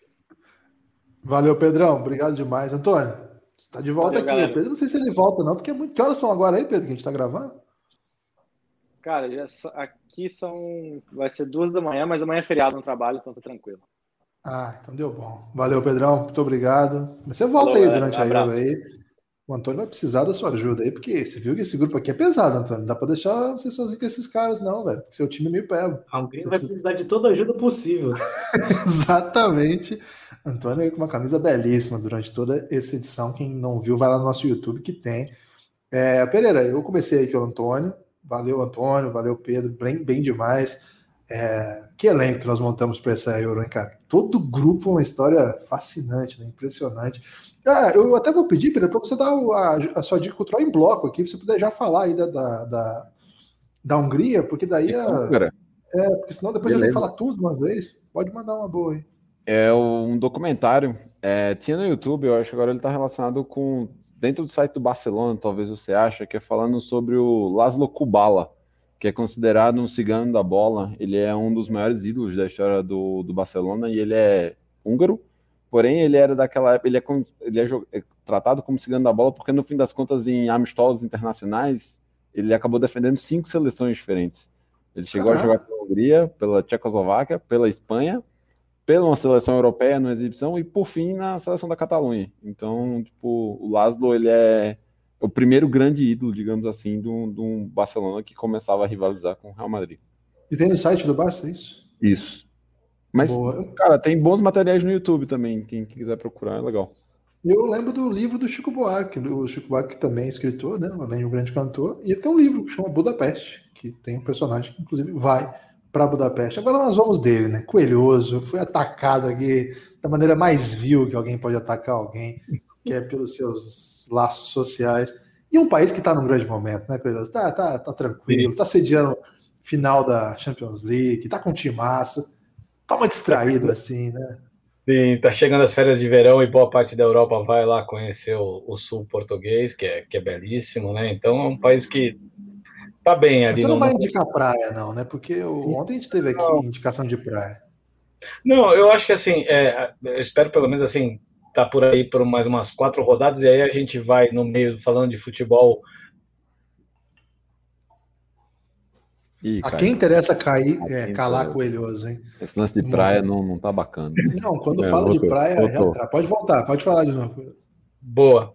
Valeu, Pedrão. Obrigado demais. Antônio, você está de volta. Valeu, aqui. Galera. O Pedro, não sei se ele volta, não, porque é muito. Que horas são agora aí, Pedro, que a gente está gravando? Cara, aqui vai ser 2 da manhã, mas amanhã é feriado no trabalho, então tá tranquilo. Ah, então deu bom. Valeu, Pedrão. Muito obrigado. Mas você volta aí durante a Euro aí. O Antônio vai precisar da sua ajuda aí, porque você viu que esse grupo aqui é pesado, Antônio. Não dá para deixar você sozinho com esses caras, não, velho. Porque seu time é meio pego. Alguém vai precisar de toda a ajuda possível. Exatamente. Antônio aí com uma camisa belíssima durante toda essa edição. Quem não viu, vai lá no nosso YouTube que tem. Pereira, eu comecei aí com o Antônio. Valeu, Antônio. Valeu, Pedro. Bem demais. Que elenco que nós montamos para essa Euro, hein, cara? Todo grupo uma história fascinante, né? Impressionante. Eu até vou pedir, Pedro, para você dar a sua dica cultural em bloco aqui, se você puder já falar aí da Hungria, porque daí porque senão depois eu tenho que falar tudo uma vez. Pode mandar uma boa aí. É um documentário. Tinha no YouTube, eu acho que agora ele está relacionado com... Dentro do site do Barcelona, talvez você ache, que é falando sobre o Laszlo Kubala, que é considerado um cigano da bola. Ele é um dos maiores ídolos da história do Barcelona e ele é húngaro, porém ele era daquela época, ele é tratado como cigano da bola porque no fim das contas em amistosos internacionais ele acabou defendendo 5 seleções diferentes. Ele chegou a jogar pela Hungria, pela Tchecoslováquia, pela Espanha, pela uma seleção europeia numa exibição e por fim na seleção da Catalunha. Então, tipo, o Laszlo, ele é o primeiro grande ídolo, digamos assim, do Barcelona que começava a rivalizar com o Real Madrid. E tem no site do Barça, é isso? Isso. Mas, cara, tem bons materiais no YouTube também, quem quiser procurar, é legal. Eu lembro do livro do Chico Buarque. O Chico Buarque também é escritor, né? Além de um grande cantor. E ele tem um livro que chama Budapeste, que tem um personagem que, inclusive, vai para Budapeste. Agora nós vamos dele, né? Coelhoso, foi atacado aqui da maneira mais vil que alguém pode atacar alguém, que é pelos seus laços sociais. E um país que está num grande momento, né, Coelhoso? Tá tranquilo, tá sediando final da Champions League, tá com um timaço, tá muito distraído assim, né? Sim, tá chegando as férias de verão e boa parte da Europa vai lá conhecer o sul português, que é belíssimo, né? Então é um país que tá bem ali. Você não vai indicar praia, não, né? Porque ontem a gente teve aqui indicação de praia. Não, eu acho que assim, eu espero pelo menos assim, tá por aí por mais umas 4 rodadas e aí a gente vai no meio falando de futebol. Quem interessa calar Coelhoso, hein? Esse lance de praia não tá bacana. Não, quando fala de praia, pode voltar, pode falar de novo. Boa.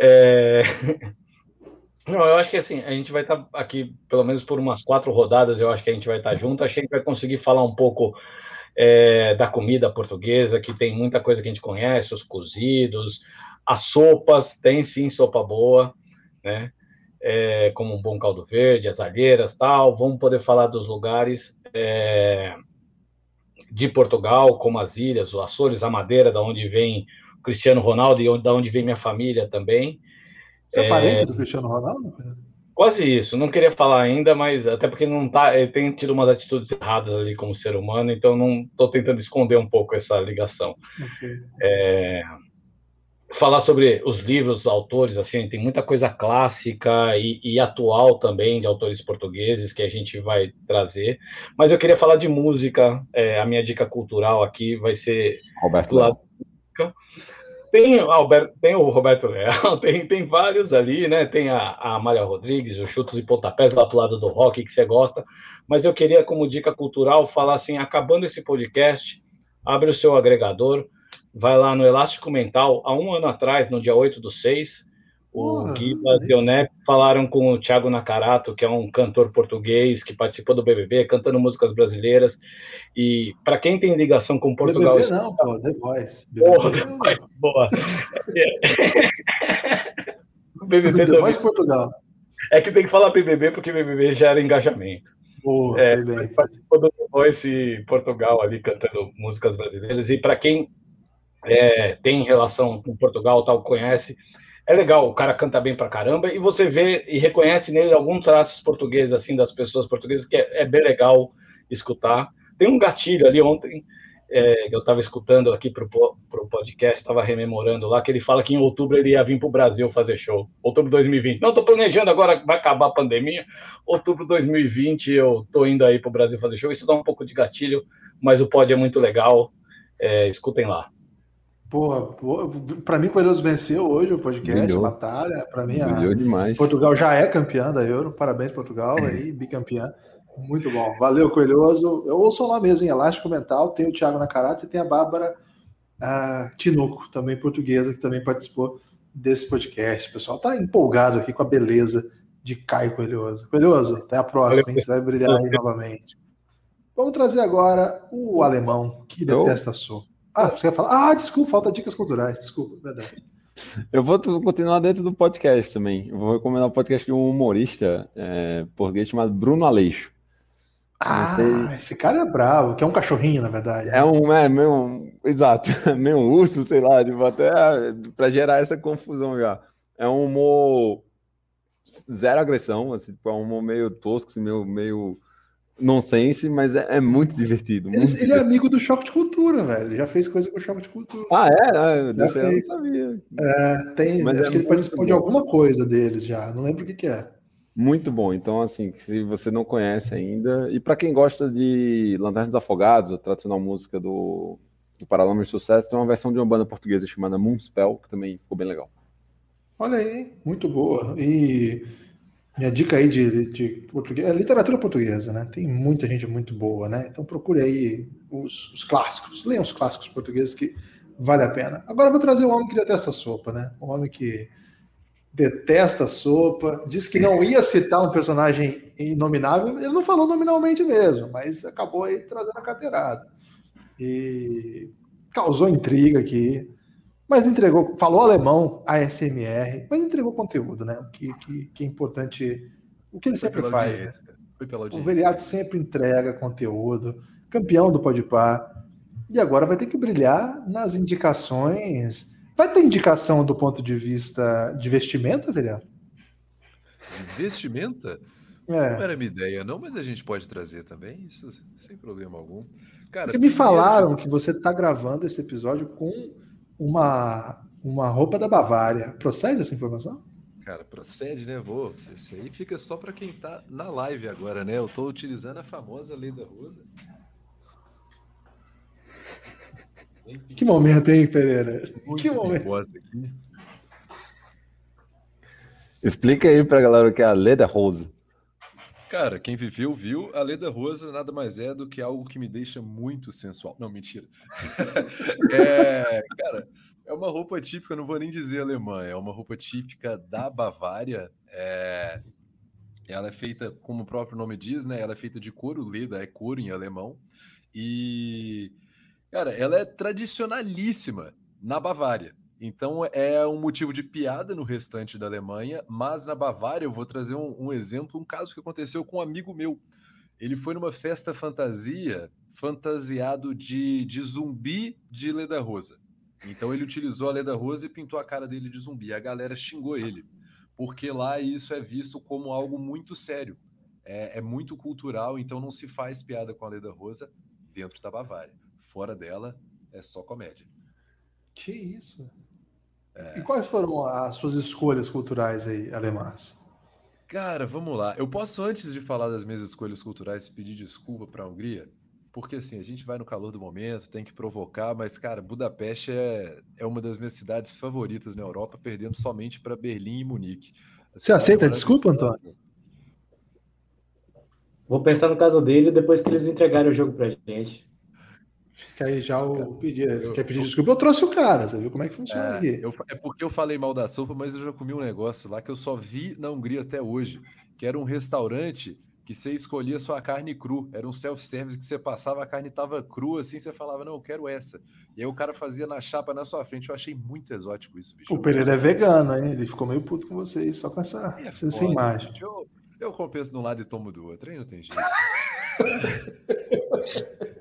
Não, eu acho que assim, a gente vai estar aqui pelo menos por umas 4 rodadas, eu acho que a gente vai estar junto, acho que a gente vai conseguir falar um pouco da comida portuguesa, que tem muita coisa que a gente conhece, os cozidos, as sopas, tem sim sopa boa, né? Como um bom caldo verde, as alheiras, tal. Vamos poder falar dos lugares de Portugal, como as ilhas, os Açores, a Madeira, da onde vem o Cristiano Ronaldo e da onde vem minha família também. Você é parente do Cristiano Ronaldo? Quase isso. Não queria falar ainda, mas até porque ele tem tido umas atitudes erradas ali como ser humano, então não estou tentando esconder um pouco essa ligação. Okay. Falar sobre os livros, os autores, assim, tem muita coisa clássica e atual também de autores portugueses que a gente vai trazer. Mas eu queria falar de música. A minha dica cultural aqui vai ser Roberto do lado da música. Tem o Roberto Leal, tem vários ali, né? Tem a Amália Rodrigues, os Chutos e Pontapés lá pro lado do rock que você gosta. Mas eu queria, como dica cultural, falar assim: acabando esse podcast, abre o seu agregador, vai lá no Elástico Mental. Há 1 ano atrás, no dia 8/6, o Guiba e o Neto falaram com o Thiago Nakarato, que é um cantor português que participou do BBB, cantando músicas brasileiras. E para quem tem ligação com Portugal... BBB não, pô, The Voice. Porra, The Voice, boa. BBB The Voice Portugal. É que tem que falar BBB, porque BBB já era engajamento. Participou do The Voice Portugal ali, cantando músicas brasileiras. E para quem tem relação com Portugal, tal, conhece, é legal, o cara canta bem pra caramba, e você vê e reconhece nele alguns traços portugueses, assim, das pessoas portuguesas, que é bem legal escutar. Tem um gatilho ali ontem, que eu estava escutando aqui pro podcast, estava rememorando lá, que ele fala que em outubro ele ia vir pro Brasil fazer show. Outubro de 2020. Não, tô planejando agora, vai acabar a pandemia. Outubro de 2020 eu tô indo aí pro Brasil fazer show. Isso dá um pouco de gatilho, mas o pod é muito legal. Escutem lá. Porra, para mim, o Coelhoso venceu hoje o podcast, Brilhou. a batalha. Para mim, Brilhou demais. Portugal já é campeã da Euro. Parabéns, Portugal, aí, bicampeã. Muito bom. Valeu, Coelhoso. Eu ouço lá mesmo, em Elástico Mental. Tem o Thiago Nacarate e tem a Bárbara Tinoco, também portuguesa, que também participou desse podcast. O pessoal tá empolgado aqui com a beleza de Caio Coelhoso. Coelhoso, até a próxima, hein? Você vai brilhar aí novamente. Vamos trazer agora o alemão, que detesta sopa. Você quer falar? Desculpa, falta dicas culturais. Desculpa, verdade. Eu vou continuar dentro do podcast também. Eu vou recomendar o podcast de um humorista português chamado Bruno Aleixo. Esse cara é bravo, que é um cachorrinho, na verdade. Exato, meio um urso, sei lá, até para gerar essa confusão já. É um humor zero agressão, assim, é um humor meio tosco, assim, meio nonsense, mas é muito divertido. Ele é amigo do Choque de Cultura, velho. Ele já fez coisa com o Choque de Cultura. Eu não sabia. Acho que ele participou de alguma coisa deles já, não lembro o que é. Muito bom. Então, assim, se você não conhece ainda, e para quem gosta de Lanternas Afogados, a tradicional música do Paralamas de Sucesso, tem uma versão de uma banda portuguesa chamada Moonspell, que também ficou bem legal. Olha aí, muito boa. E minha dica aí de português, literatura portuguesa, né? Tem muita gente muito boa, né? Então procure aí os clássicos, leiam os clássicos portugueses que vale a pena. Agora eu vou trazer um homem que detesta sopa, né? Um homem que detesta sopa, diz que não ia citar um personagem inominável, ele não falou nominalmente mesmo, mas acabou aí trazendo a carteirada. E causou intriga aqui, mas falou alemão, ASMR, mas entregou conteúdo, né? O que é importante, o que ele sempre faz, né? O Veriato sempre entrega conteúdo, campeão do Podpah, e agora vai ter que brilhar nas indicações. Vai ter indicação do ponto de vista de vestimenta, Veriato? De vestimenta? Não era minha ideia, não, mas a gente pode trazer também, isso sem problema algum. Cara, porque me falaram que você está gravando esse episódio com uma roupa da Bavária. Procede essa informação? Cara, procede, né? Esse aí fica só para quem tá na live agora, né? Eu tô utilizando a famosa Leda Rosa. Que momento, hein, Pereira? Que momento. Aqui. Explica aí pra galera o que é a Leda Rosa. Cara, quem viveu, viu. A Leda Rosa nada mais é do que algo que me deixa muito sensual. Não, mentira. Cara, é uma roupa típica, não vou nem dizer alemã, é uma roupa típica da Bavária. Ela é feita, como o próprio nome diz, né? Ela é feita de couro, Leda é couro em alemão. E, cara, ela é tradicionalíssima na Bavária. Então é um motivo de piada no restante da Alemanha, mas na Bavária eu vou trazer um exemplo, um caso que aconteceu com um amigo meu. Ele foi numa festa fantasiado de zumbi de Leda Rosa. Então ele utilizou a Leda Rosa e pintou a cara dele de zumbi. A galera xingou ele, porque lá isso é visto como algo muito sério. É muito cultural, então não se faz piada com a Leda Rosa dentro da Bavária. Fora dela, é só comédia. Que isso? E quais foram as suas escolhas culturais aí, alemãs? Cara, vamos lá. Eu posso, antes de falar das minhas escolhas culturais, pedir desculpa para a Hungria? Porque, assim, a gente vai no calor do momento, tem que provocar, mas, cara, Budapeste é uma das minhas cidades favoritas na Europa, perdendo somente para Berlim e Munique. Você aceita a desculpa, Antônio? Vou pensar no caso dele depois que eles entregarem o jogo pra gente. Que aí já você quer pedir desculpa? Eu trouxe o cara, você viu como é que funciona aqui. É porque eu falei mal da sopa, mas eu já comi um negócio lá que eu só vi na Hungria até hoje, que era um restaurante que você escolhia sua carne cru, era um self-service que você passava, a carne tava crua, assim, você falava, não, eu quero essa. E aí o cara fazia na chapa na sua frente, eu achei muito exótico isso, bicho. O Pereira é vegano, hein? Ele ficou meio puto com vocês, só com essa imagem. Eu compenso de um lado e tomo do outro, aí não tem jeito.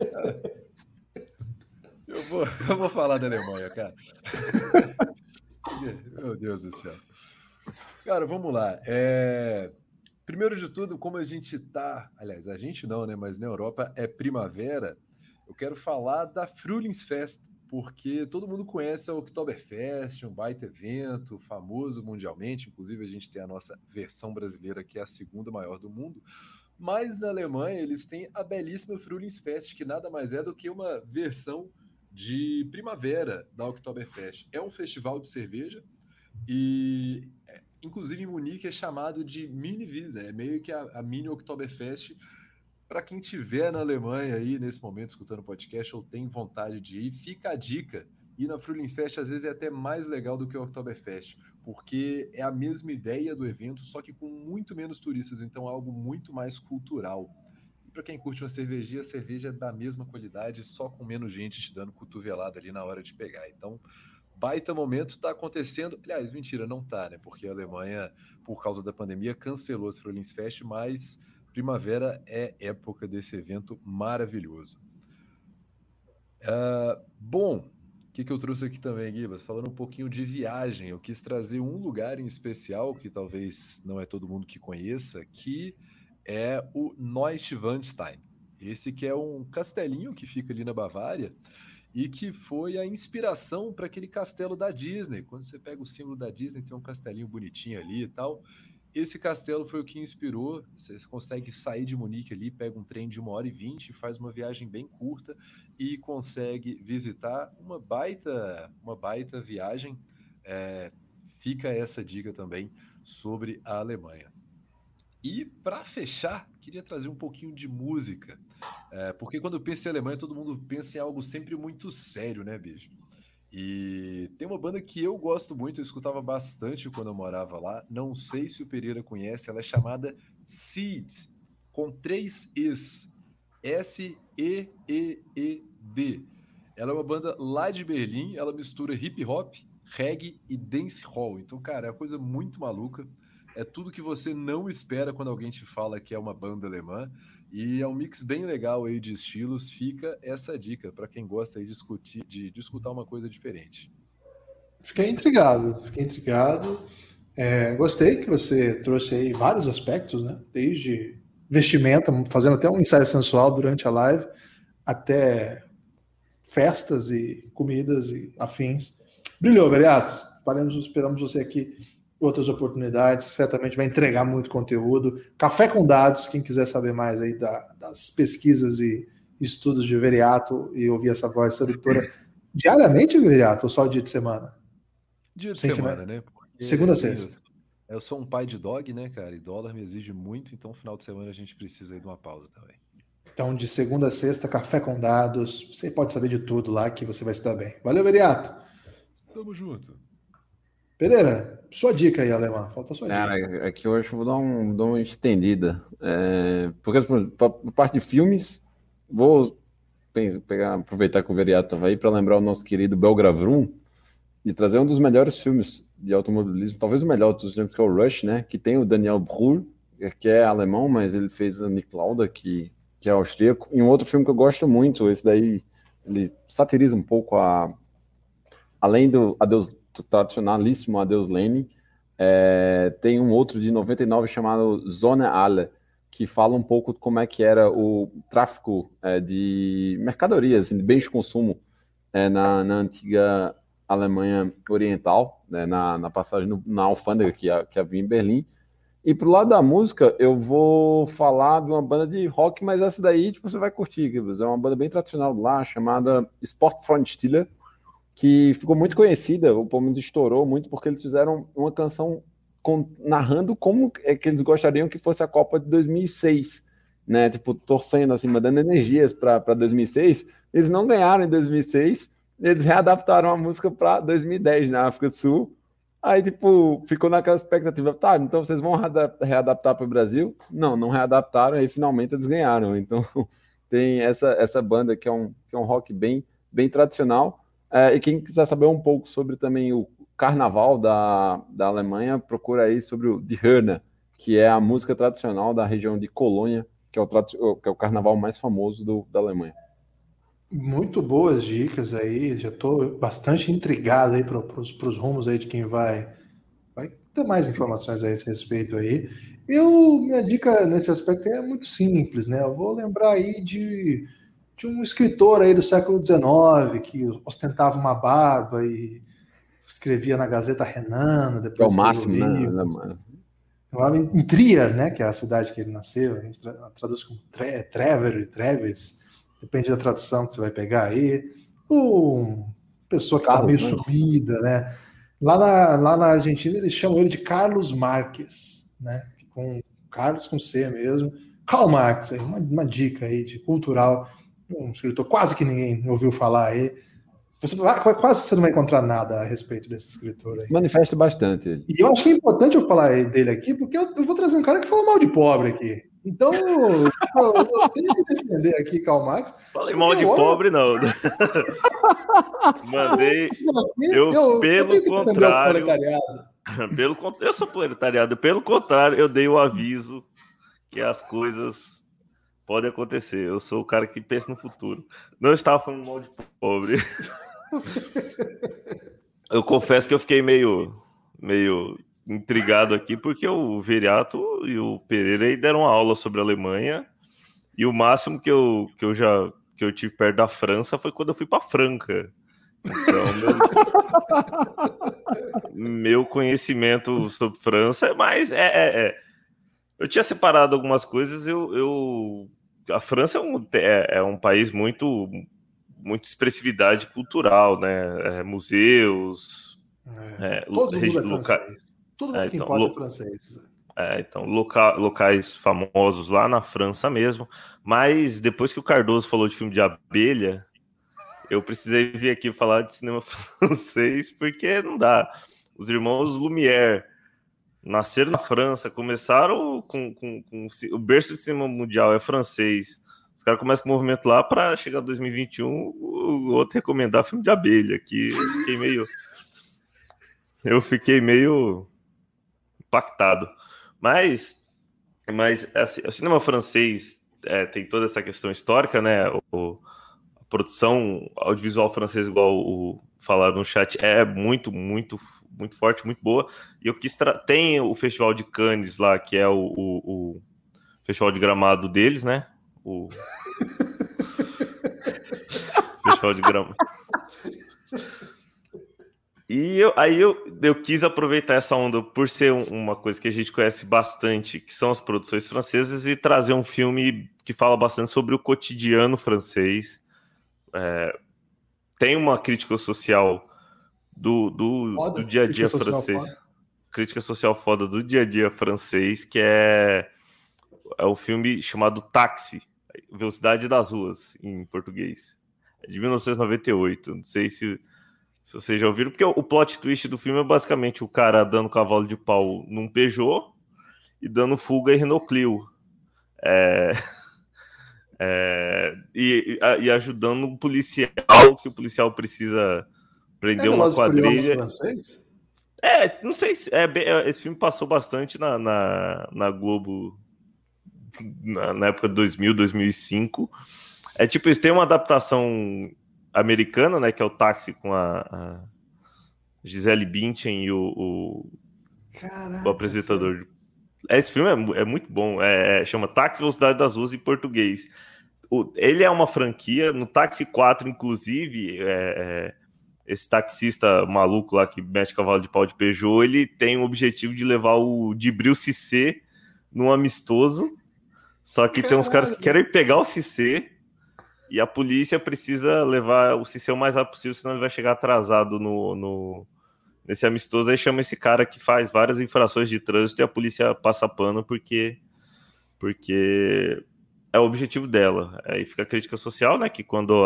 Eu vou falar da Alemanha, cara. Meu Deus do céu. Cara, vamos lá. Primeiro de tudo, como a gente tá... Aliás, a gente não, né? Mas na Europa é primavera. Eu quero falar da Frühlingsfest, porque todo mundo conhece a Oktoberfest, um baita evento, famoso mundialmente. Inclusive, a gente tem a nossa versão brasileira, que é a segunda maior do mundo. Mas na Alemanha, eles têm a belíssima Frühlingsfest, que nada mais é do que uma versão de primavera da Oktoberfest. É um festival de cerveja e, inclusive, em Munique é chamado de Mini Wiese, é meio que a mini Oktoberfest. Para quem estiver na Alemanha aí nesse momento escutando o podcast ou tem vontade de ir, fica a dica. Ir na Frühlingsfest às vezes é até mais legal do que o Oktoberfest, porque é a mesma ideia do evento, só que com muito menos turistas, então é algo muito mais cultural. E para quem curte uma cervejinha, a cerveja é da mesma qualidade, só com menos gente te dando cotovelada ali na hora de pegar. Então, baita momento, está acontecendo. Aliás, mentira, não tá, né? Porque a Alemanha, por causa da pandemia, cancelou as Frühlingsfest, mas primavera é época desse evento maravilhoso. Bom, o que eu trouxe aqui também, Guibas? Falando um pouquinho de viagem, eu quis trazer um lugar em especial, que talvez não é todo mundo que conheça, que é o Neuschwanstein. Esse que é um castelinho que fica ali na Bavária e que foi a inspiração para aquele castelo da Disney. Quando você pega o símbolo da Disney, tem um castelinho bonitinho ali e tal. Esse castelo foi o que inspirou. Você consegue sair de Munique ali, pega um trem de 1h20, faz uma viagem bem curta e consegue visitar uma baita viagem. Fica essa dica também sobre a Alemanha. E para fechar, queria trazer um pouquinho de música, porque quando eu penso em Alemanha, todo mundo pensa em algo sempre muito sério, né, bicho? E tem uma banda que eu gosto muito, eu escutava bastante quando eu morava lá. Não sei se o Pereira conhece, ela é chamada Seed, com 3 Es. S-E-E-E-D. Ela é uma banda lá de Berlim, ela mistura hip hop, reggae e dancehall. Então, cara, é uma coisa muito maluca. É tudo que você não espera quando alguém te fala que é uma banda alemã. E é um mix bem legal aí de estilos. Fica essa dica para quem gosta aí de escutar uma coisa diferente. Fiquei intrigado. Gostei que você trouxe aí vários aspectos, né? Desde vestimenta, fazendo até um ensaio sensual durante a live, até festas e comidas e afins. Brilhou, Veriato. Esperamos você aqui outras oportunidades, certamente vai entregar muito conteúdo. Café com Dados, quem quiser saber mais aí das pesquisas e estudos de Veriato e ouvir essa voz sedutora diariamente, Veriato, ou só dia de semana? Dia de semana, né? Porque segunda a sexta. Eu sou um pai de dog, né, cara? E dólar me exige muito, então final de semana a gente precisa aí de uma pausa também. Então, de segunda a sexta, Café com Dados. Você pode saber de tudo lá que você vai se dar bem. Valeu, Veriato. Tamo junto. Pereira, sua dica aí, Alemão. Falta a sua dica. Cara, aqui hoje eu vou dar uma estendida. Porque, por parte de filmes, vou aproveitar que o Veriato estava aí para lembrar o nosso querido Belgra Vroom e trazer um dos melhores filmes de automobilismo, talvez o melhor dos filmes, que é o Rush, né? Que tem o Daniel Brühl, que é alemão, mas ele fez a Nick Lauda, que é austríaco. E um outro filme que eu gosto muito, esse daí, ele satiriza um pouco além do tradicionalíssimo Adeus Lenin, tem um outro de 99 chamado Zone Alle, que fala um pouco de como é que era o tráfico de mercadorias, assim, de bens de consumo na antiga Alemanha Oriental, né, na passagem na alfândega que havia em Berlim. E pro lado da música, eu vou falar de uma banda de rock, mas essa daí tipo, você vai curtir, é uma banda bem tradicional lá, chamada Sportfreundstille, que ficou muito conhecida, ou pelo menos estourou muito, porque eles fizeram uma canção narrando como é que eles gostariam que fosse a Copa de 2006, né? Tipo, torcendo, assim, mandando energias para 2006. Eles não ganharam em 2006, eles readaptaram a música para 2010 na África do Sul. Aí, tipo, ficou naquela expectativa, tá, então vocês vão readaptar para o Brasil? Não readaptaram, aí finalmente eles ganharam. Então, tem essa banda que é um rock bem tradicional. E quem quiser saber um pouco sobre também o carnaval da Alemanha, procura aí sobre o Die Hörner, que é a música tradicional da região de Colônia, que é o carnaval mais famoso da Alemanha. Muito boas dicas aí, já estou bastante intrigado aí para os rumos aí de quem vai ter mais informações a esse respeito aí. Minha dica nesse aspecto é muito simples, né? Eu vou lembrar aí de um escritor aí do século XIX que ostentava uma barba e escrevia na Gazeta Renana, Que é o depois máximo, escreveu né? livros. Em Trier, né, que é a cidade que ele nasceu, a gente traduz como Treves, depende da tradução que você vai pegar aí. Pessoa que está meio sumida, né? Lá na Argentina eles chamam ele de Carlos Marques, né? Com Carlos com C mesmo. Karl Marx, aí, uma dica aí de cultural, um escritor quase que ninguém ouviu falar aí. Quase você não vai encontrar nada a respeito desse escritor aí. Manifesta bastante ele. E eu acho que é importante eu falar dele aqui, porque eu vou trazer um cara que falou mal de pobre aqui. Então, eu tenho que defender aqui Karl Marx. Falei mal de pobre, não. Mandei. Pelo contrário. Eu sou proletariado. Pelo contrário, eu dei o aviso que as coisas podem acontecer. Eu sou o cara que pensa no futuro. Não estava falando mal de pobre. Eu confesso que eu fiquei meio intrigado aqui, porque o Viriato e o Pereira aí deram uma aula sobre a Alemanha, e o máximo que eu tive perto da França foi quando eu fui para Franca. Então, meu conhecimento sobre França, mas eu tinha separado algumas coisas. A França é um país muito expressividade cultural, né? Museus, todo mundo é francês. Todo mundo que importa é francês. Então, locais famosos lá na França mesmo. Mas depois que o Cardoso falou de filme de abelha, eu precisei vir aqui falar de cinema francês, porque não dá. Os irmãos Lumière nasceram na França, começaram com o berço de cinema mundial é francês. Os caras começam com o movimento lá para chegar em 2021, o outro recomendar filme de abelha, que eu fiquei meio impactado. Mas assim, o cinema francês tem toda essa questão histórica, né? A produção audiovisual francesa, igual falaram no chat, é muito, muito, muito forte, muito boa. E eu tem o Festival de Cannes lá, que é o Festival de Gramado deles, né? O Festival de Gramado. E aí eu quis aproveitar essa onda por ser uma coisa que a gente conhece bastante, que são as produções francesas, e trazer um filme que fala bastante sobre o cotidiano francês. Tem uma crítica social do dia a dia francês. Crítica social foda do dia a dia francês, que é um filme chamado Táxi, Velocidade das Ruas, em português. É de 1998. Não sei se vocês já ouviram, porque o plot twist do filme é basicamente o cara dando cavalo de pau num Peugeot e dando fuga em Renault Clio. E ajudando um policial, que o policial precisa prender uma quadrilha. Não sei se esse filme passou bastante na Globo na época de 2000, 2005. Tipo, eles têm uma adaptação americana, né, que é o Táxi, com a Gisele Bündchen e o apresentador. Esse filme é muito bom. Chama Táxi, Velocidade das Ruas em português. Ele é uma franquia. No Táxi 4, inclusive, esse taxista maluco lá que mete cavalo de pau de Peugeot, ele tem o objetivo de levar o Djibril Cissé num amistoso. Só que tem uns caras que querem pegar o Cissé e a polícia precisa levar o Cissé o mais rápido possível, senão ele vai chegar atrasado nesse amistoso. Aí chama esse cara que faz várias infrações de trânsito e a polícia passa pano porque é o objetivo dela. Aí fica a crítica social, né? Que quando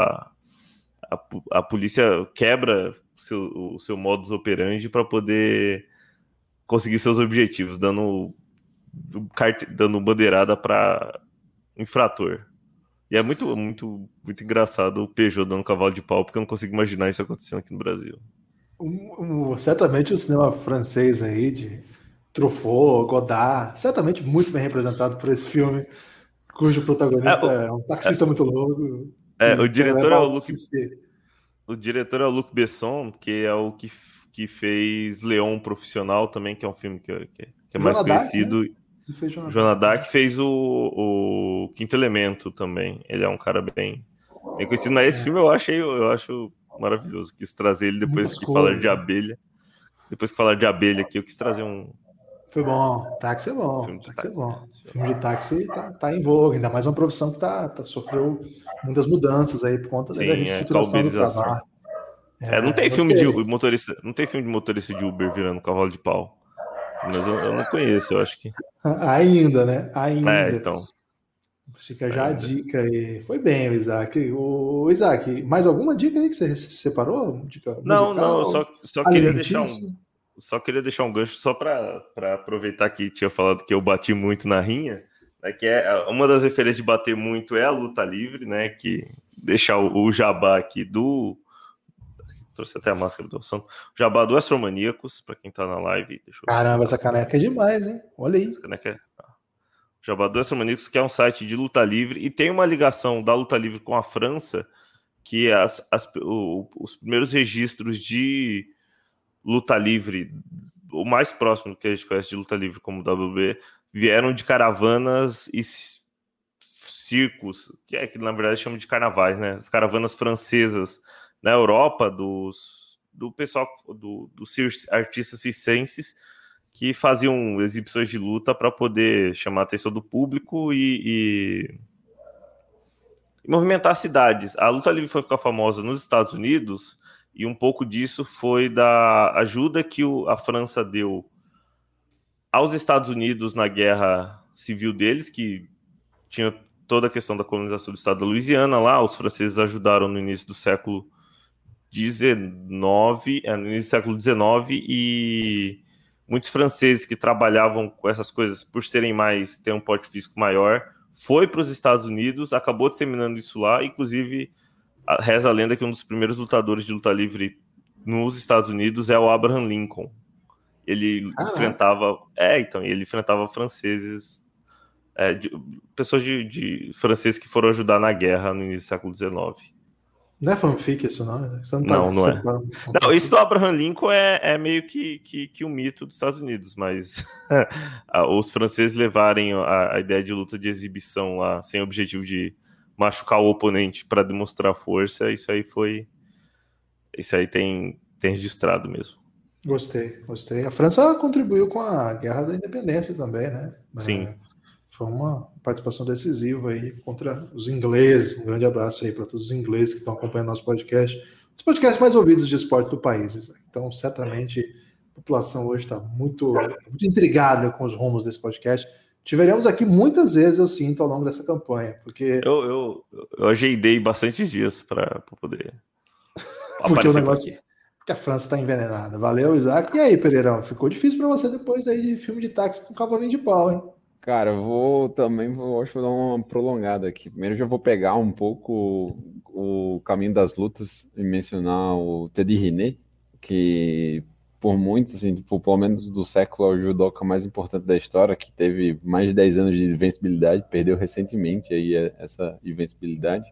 a polícia quebra o seu modus operandi para poder conseguir seus objetivos, dando bandeirada para infrator. E é muito, muito, muito engraçado o Peugeot dando cavalo de pau, porque eu não consigo imaginar isso acontecendo aqui no Brasil. Certamente o cinema francês aí, de Truffaut, Godard, certamente muito bem representado por esse filme, cujo protagonista é um taxista muito louco. O diretor é o Luc... CC. O diretor é o Luc Besson, que é o que fez Leon Profissional também, que é um filme que é mais conhecido. Dark, né? Joana Dark fez o Quinto Elemento também. Ele é um cara bem conhecido. Mas esse filme eu acho maravilhoso. Quis trazer ele depois que falar de abelha. Depois que falar de abelha aqui, eu quis trazer um... Foi bom. Táxi é bom. Filme de táxi tá em voga. Ainda mais uma profissão que sofreu muitas mudanças aí por conta da reestruturação do trabalho. Não tem filme de motorista, não tem filme de motorista de Uber virando cavalo de pau. Mas eu não conheço, eu acho que. Ainda, né? Ainda. Então. Fica já a dica aí. Foi bem, o Isaac. O Isaac, mais alguma dica aí que você separou? Dica não, musical, só queria deixar um gancho só para aproveitar que tinha falado que eu bati muito na rinha, né, que uma das referências de bater muito é a luta livre, né? Que deixar o jabá aqui do. Trouxe até a máscara do Alção. Jabá do Astromaníacos, para quem tá na live. Caramba, essa caneca é demais, hein? Olha aí. Essa caneca Jabá do Astromaníacos, que é um site de luta livre, e tem uma ligação da luta livre com a França, que os primeiros registros de luta livre, o mais próximo que a gente conhece de luta livre como WB, vieram de caravanas e circos, que na verdade chamam de carnavais, né? As caravanas francesas na Europa, do pessoal, dos artistas circenses, que faziam exibições de luta para poder chamar a atenção do público e movimentar as cidades. A luta livre foi ficar famosa nos Estados Unidos, e um pouco disso foi da ajuda que a França deu aos Estados Unidos na guerra civil deles, que tinha toda a questão da colonização do estado da Louisiana lá. Os franceses ajudaram no início do século no início do século XIX, e muitos franceses que trabalhavam com essas coisas, por ter um porte físico maior, foi para os Estados Unidos, acabou disseminando isso lá. Inclusive, reza a lenda que um dos primeiros lutadores de luta livre nos Estados Unidos é o Abraham Lincoln. Ele enfrentava franceses, pessoas de franceses que foram ajudar na guerra no início do século XIX. Não é fanfic isso, não? Não é. Não, isso do Abraham Lincoln é meio que um mito dos Estados Unidos, mas os franceses levarem a ideia de luta de exibição lá, sem o objetivo de machucar o oponente para demonstrar força, isso aí tem registrado mesmo. Gostei. A França contribuiu com a Guerra da Independência também, né? Sim. Foi uma participação decisiva aí contra os ingleses. Um grande abraço aí para todos os ingleses que estão acompanhando nosso podcast. Os podcasts mais ouvidos de esporte do país. Então, certamente, a população hoje está muito intrigada com os rumos desse podcast. Tiveremos aqui muitas vezes, eu sinto, ao longo dessa campanha, porque... Eu agendei bastantes dias para poder porque o negócio... Porque a França está envenenada. Valeu, Isaac. E aí, Pereirão? Ficou difícil para você depois aí de filme de táxi com cavalinho de pau, hein? Cara, acho que vou dar uma prolongada aqui. Primeiro já vou pegar um pouco o caminho das lutas e mencionar o Teddy Riner, que por muitos, assim, pelo menos do século, é o judoca mais importante da história, que teve mais de 10 anos de invencibilidade, perdeu recentemente aí essa invencibilidade.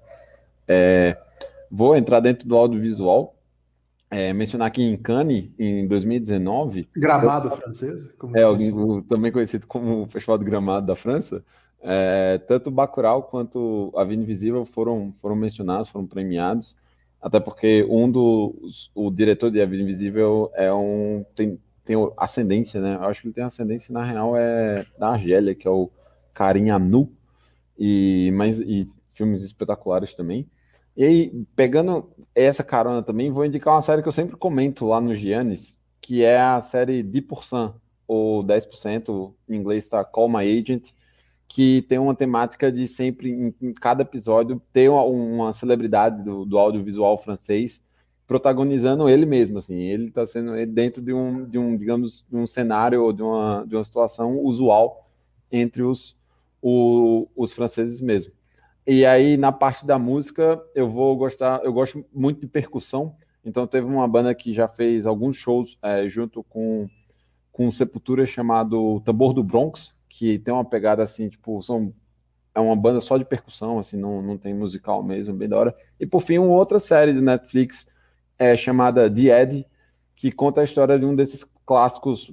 Vou entrar dentro do audiovisual, mencionar aqui em Cannes, em 2019... Gramado francês? Também conhecido como o Festival de Gramado da França. Tanto Bacurau quanto A Vida Invisível foram mencionados, foram premiados, até porque o diretor de A Vida Invisível tem ascendência, né? Eu acho que ele tem ascendência, na real, da Argélia, que é o Karim Anu, e filmes espetaculares também. E aí, pegando essa carona também, vou indicar uma série que eu sempre comento lá no Giannis, que é a série 10%, ou 10%, em inglês está Call My Agent, que tem uma temática de sempre, em cada episódio, ter uma celebridade do audiovisual francês protagonizando ele mesmo, assim. Ele está sendo dentro de um digamos, de um cenário ou de uma situação usual entre os franceses mesmo. E aí, na parte da música, eu gosto muito de percussão, então teve uma banda que já fez alguns shows junto com Sepultura, chamado Tambor do Bronx, que tem uma pegada assim, tipo, são é uma banda só de percussão, assim, não tem musical mesmo, bem da hora. E por fim, uma outra série do Netflix chamada The Eddy, que conta a história de um desses clássicos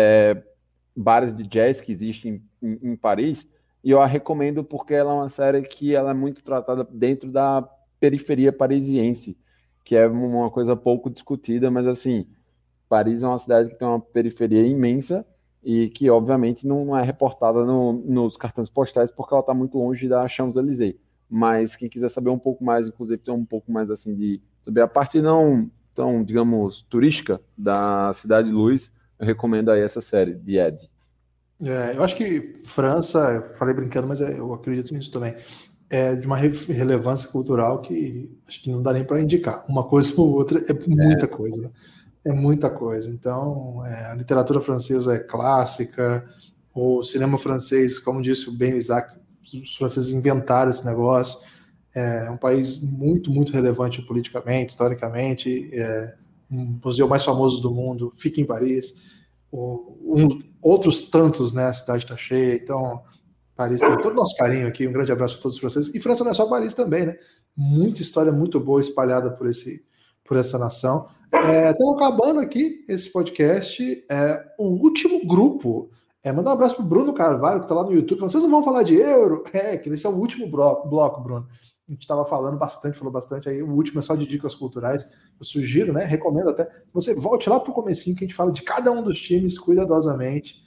bares de jazz que existem em Paris, e eu a recomendo porque ela é uma série que ela é muito tratada dentro da periferia parisiense, que é uma coisa pouco discutida, mas assim, Paris é uma cidade que tem uma periferia imensa e que obviamente não é reportada nos cartões postais porque ela está muito longe da Champs-Élysées. Mas quem quiser saber um pouco mais, inclusive tem um pouco mais assim sobre a parte não tão, digamos, turística da Cidade Luz, eu recomendo aí essa série, The Eddy. Eu acho que França, eu falei brincando, mas eu acredito nisso também, é de uma relevância cultural que acho que não dá nem para indicar. Uma coisa ou outra é muita coisa, né? É muita coisa. Então, a literatura francesa é clássica, o cinema francês, como disse o Ben Isaac, os franceses inventaram esse negócio. É um país muito, muito relevante politicamente, historicamente. Um museu mais famoso do mundo fica em Paris. Outros tantos, né? A cidade está cheia. Então, Paris tem todo o nosso carinho aqui. Um grande abraço a todos os franceses. E França não é só Paris também, né? Muita história muito boa espalhada por essa nação. Estamos acabando aqui esse podcast. O último grupo. Mandar um abraço pro Bruno Carvalho, que está lá no YouTube. Vocês não vão falar de euro? Que esse é o último bloco, Bruno. A gente estava falou bastante aí. O último é só de dicas culturais. Eu sugiro, né? Recomendo até que você volte lá pro comecinho, que a gente fala de cada um dos times cuidadosamente.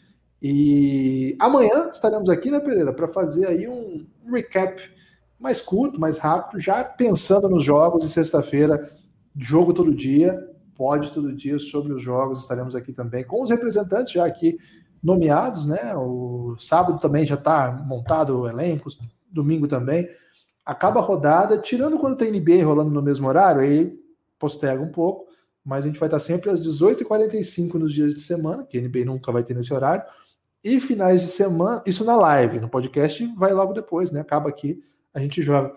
E amanhã estaremos aqui, né, Pereira, para fazer aí um recap mais curto, mais rápido, já pensando nos jogos. E sexta-feira, jogo todo dia, pode todo dia sobre os jogos. Estaremos aqui também com os representantes já aqui nomeados, né? O sábado também já está montado o elenco, domingo também. Acaba a rodada, tirando quando tem NBA rolando no mesmo horário, aí posterga um pouco, mas a gente vai estar sempre às 18h45 nos dias de semana, que a NBA nunca vai ter nesse horário, e finais de semana, isso na live, no podcast vai logo depois, né? Acaba aqui, a gente joga.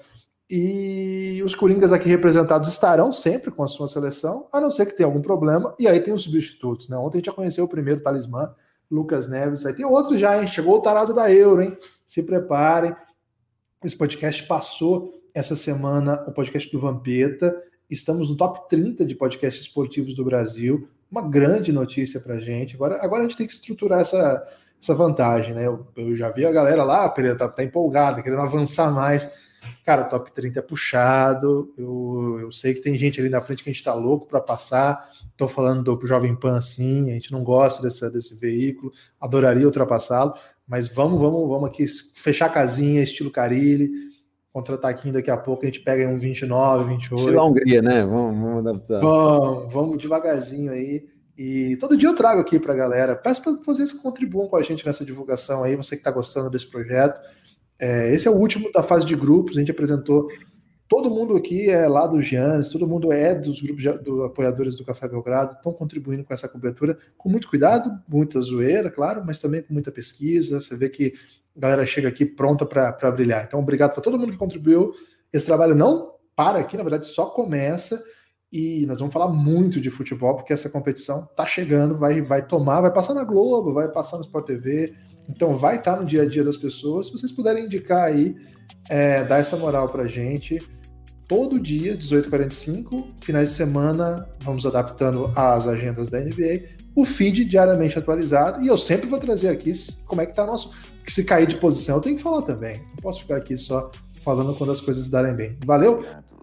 E os Coringas aqui representados estarão sempre com a sua seleção, a não ser que tenha algum problema, e aí tem os substitutos, né? Ontem a gente já conheceu o primeiro talismã, Lucas Neves, vai ter outro já, hein? Chegou o tarado da Euro, hein? Se preparem. Esse podcast passou essa semana, o podcast do Vampeta. Estamos no top 30 de podcasts esportivos do Brasil. Uma grande notícia pra gente. Agora a gente tem que estruturar essa vantagem, né? Eu já vi a galera lá, Pereira, tá empolgada, querendo avançar mais. Cara, o top 30 é puxado. Eu sei que tem gente ali na frente que a gente tá louco para passar. Tô falando do Jovem Pan, assim, a gente não gosta desse veículo, adoraria ultrapassá-lo, mas vamos aqui fechar a casinha, estilo Carille, contra-ataquinho daqui a pouco, a gente pega um 29, 28. Estilo Hungria, né? Vamos adaptar. Vamos devagarzinho aí. E todo dia eu trago aqui pra galera. Peço para vocês que contribuam com a gente nessa divulgação aí, você que tá gostando desse projeto. Esse é o último da fase de grupos, a gente apresentou. Todo mundo aqui é lá do Giannis, todo mundo é dos grupos de apoiadores do Café Belgrado, estão contribuindo com essa cobertura com muito cuidado, muita zoeira, claro, mas também com muita pesquisa. Você vê que a galera chega aqui pronta para brilhar. Então, obrigado para todo mundo que contribuiu. Esse trabalho não para aqui, na verdade, só começa e nós vamos falar muito de futebol, porque essa competição está chegando, vai passar na Globo, vai passar no Sport TV, então vai estar no dia a dia das pessoas. Se vocês puderem indicar aí, dar essa moral para a gente. Todo dia, 18h45, finais de semana, vamos adaptando as agendas da NBA, o feed diariamente atualizado, e eu sempre vou trazer aqui como é que tá nosso... Porque se cair de posição, eu tenho que falar também. Não posso ficar aqui só falando quando as coisas darem bem. Valeu?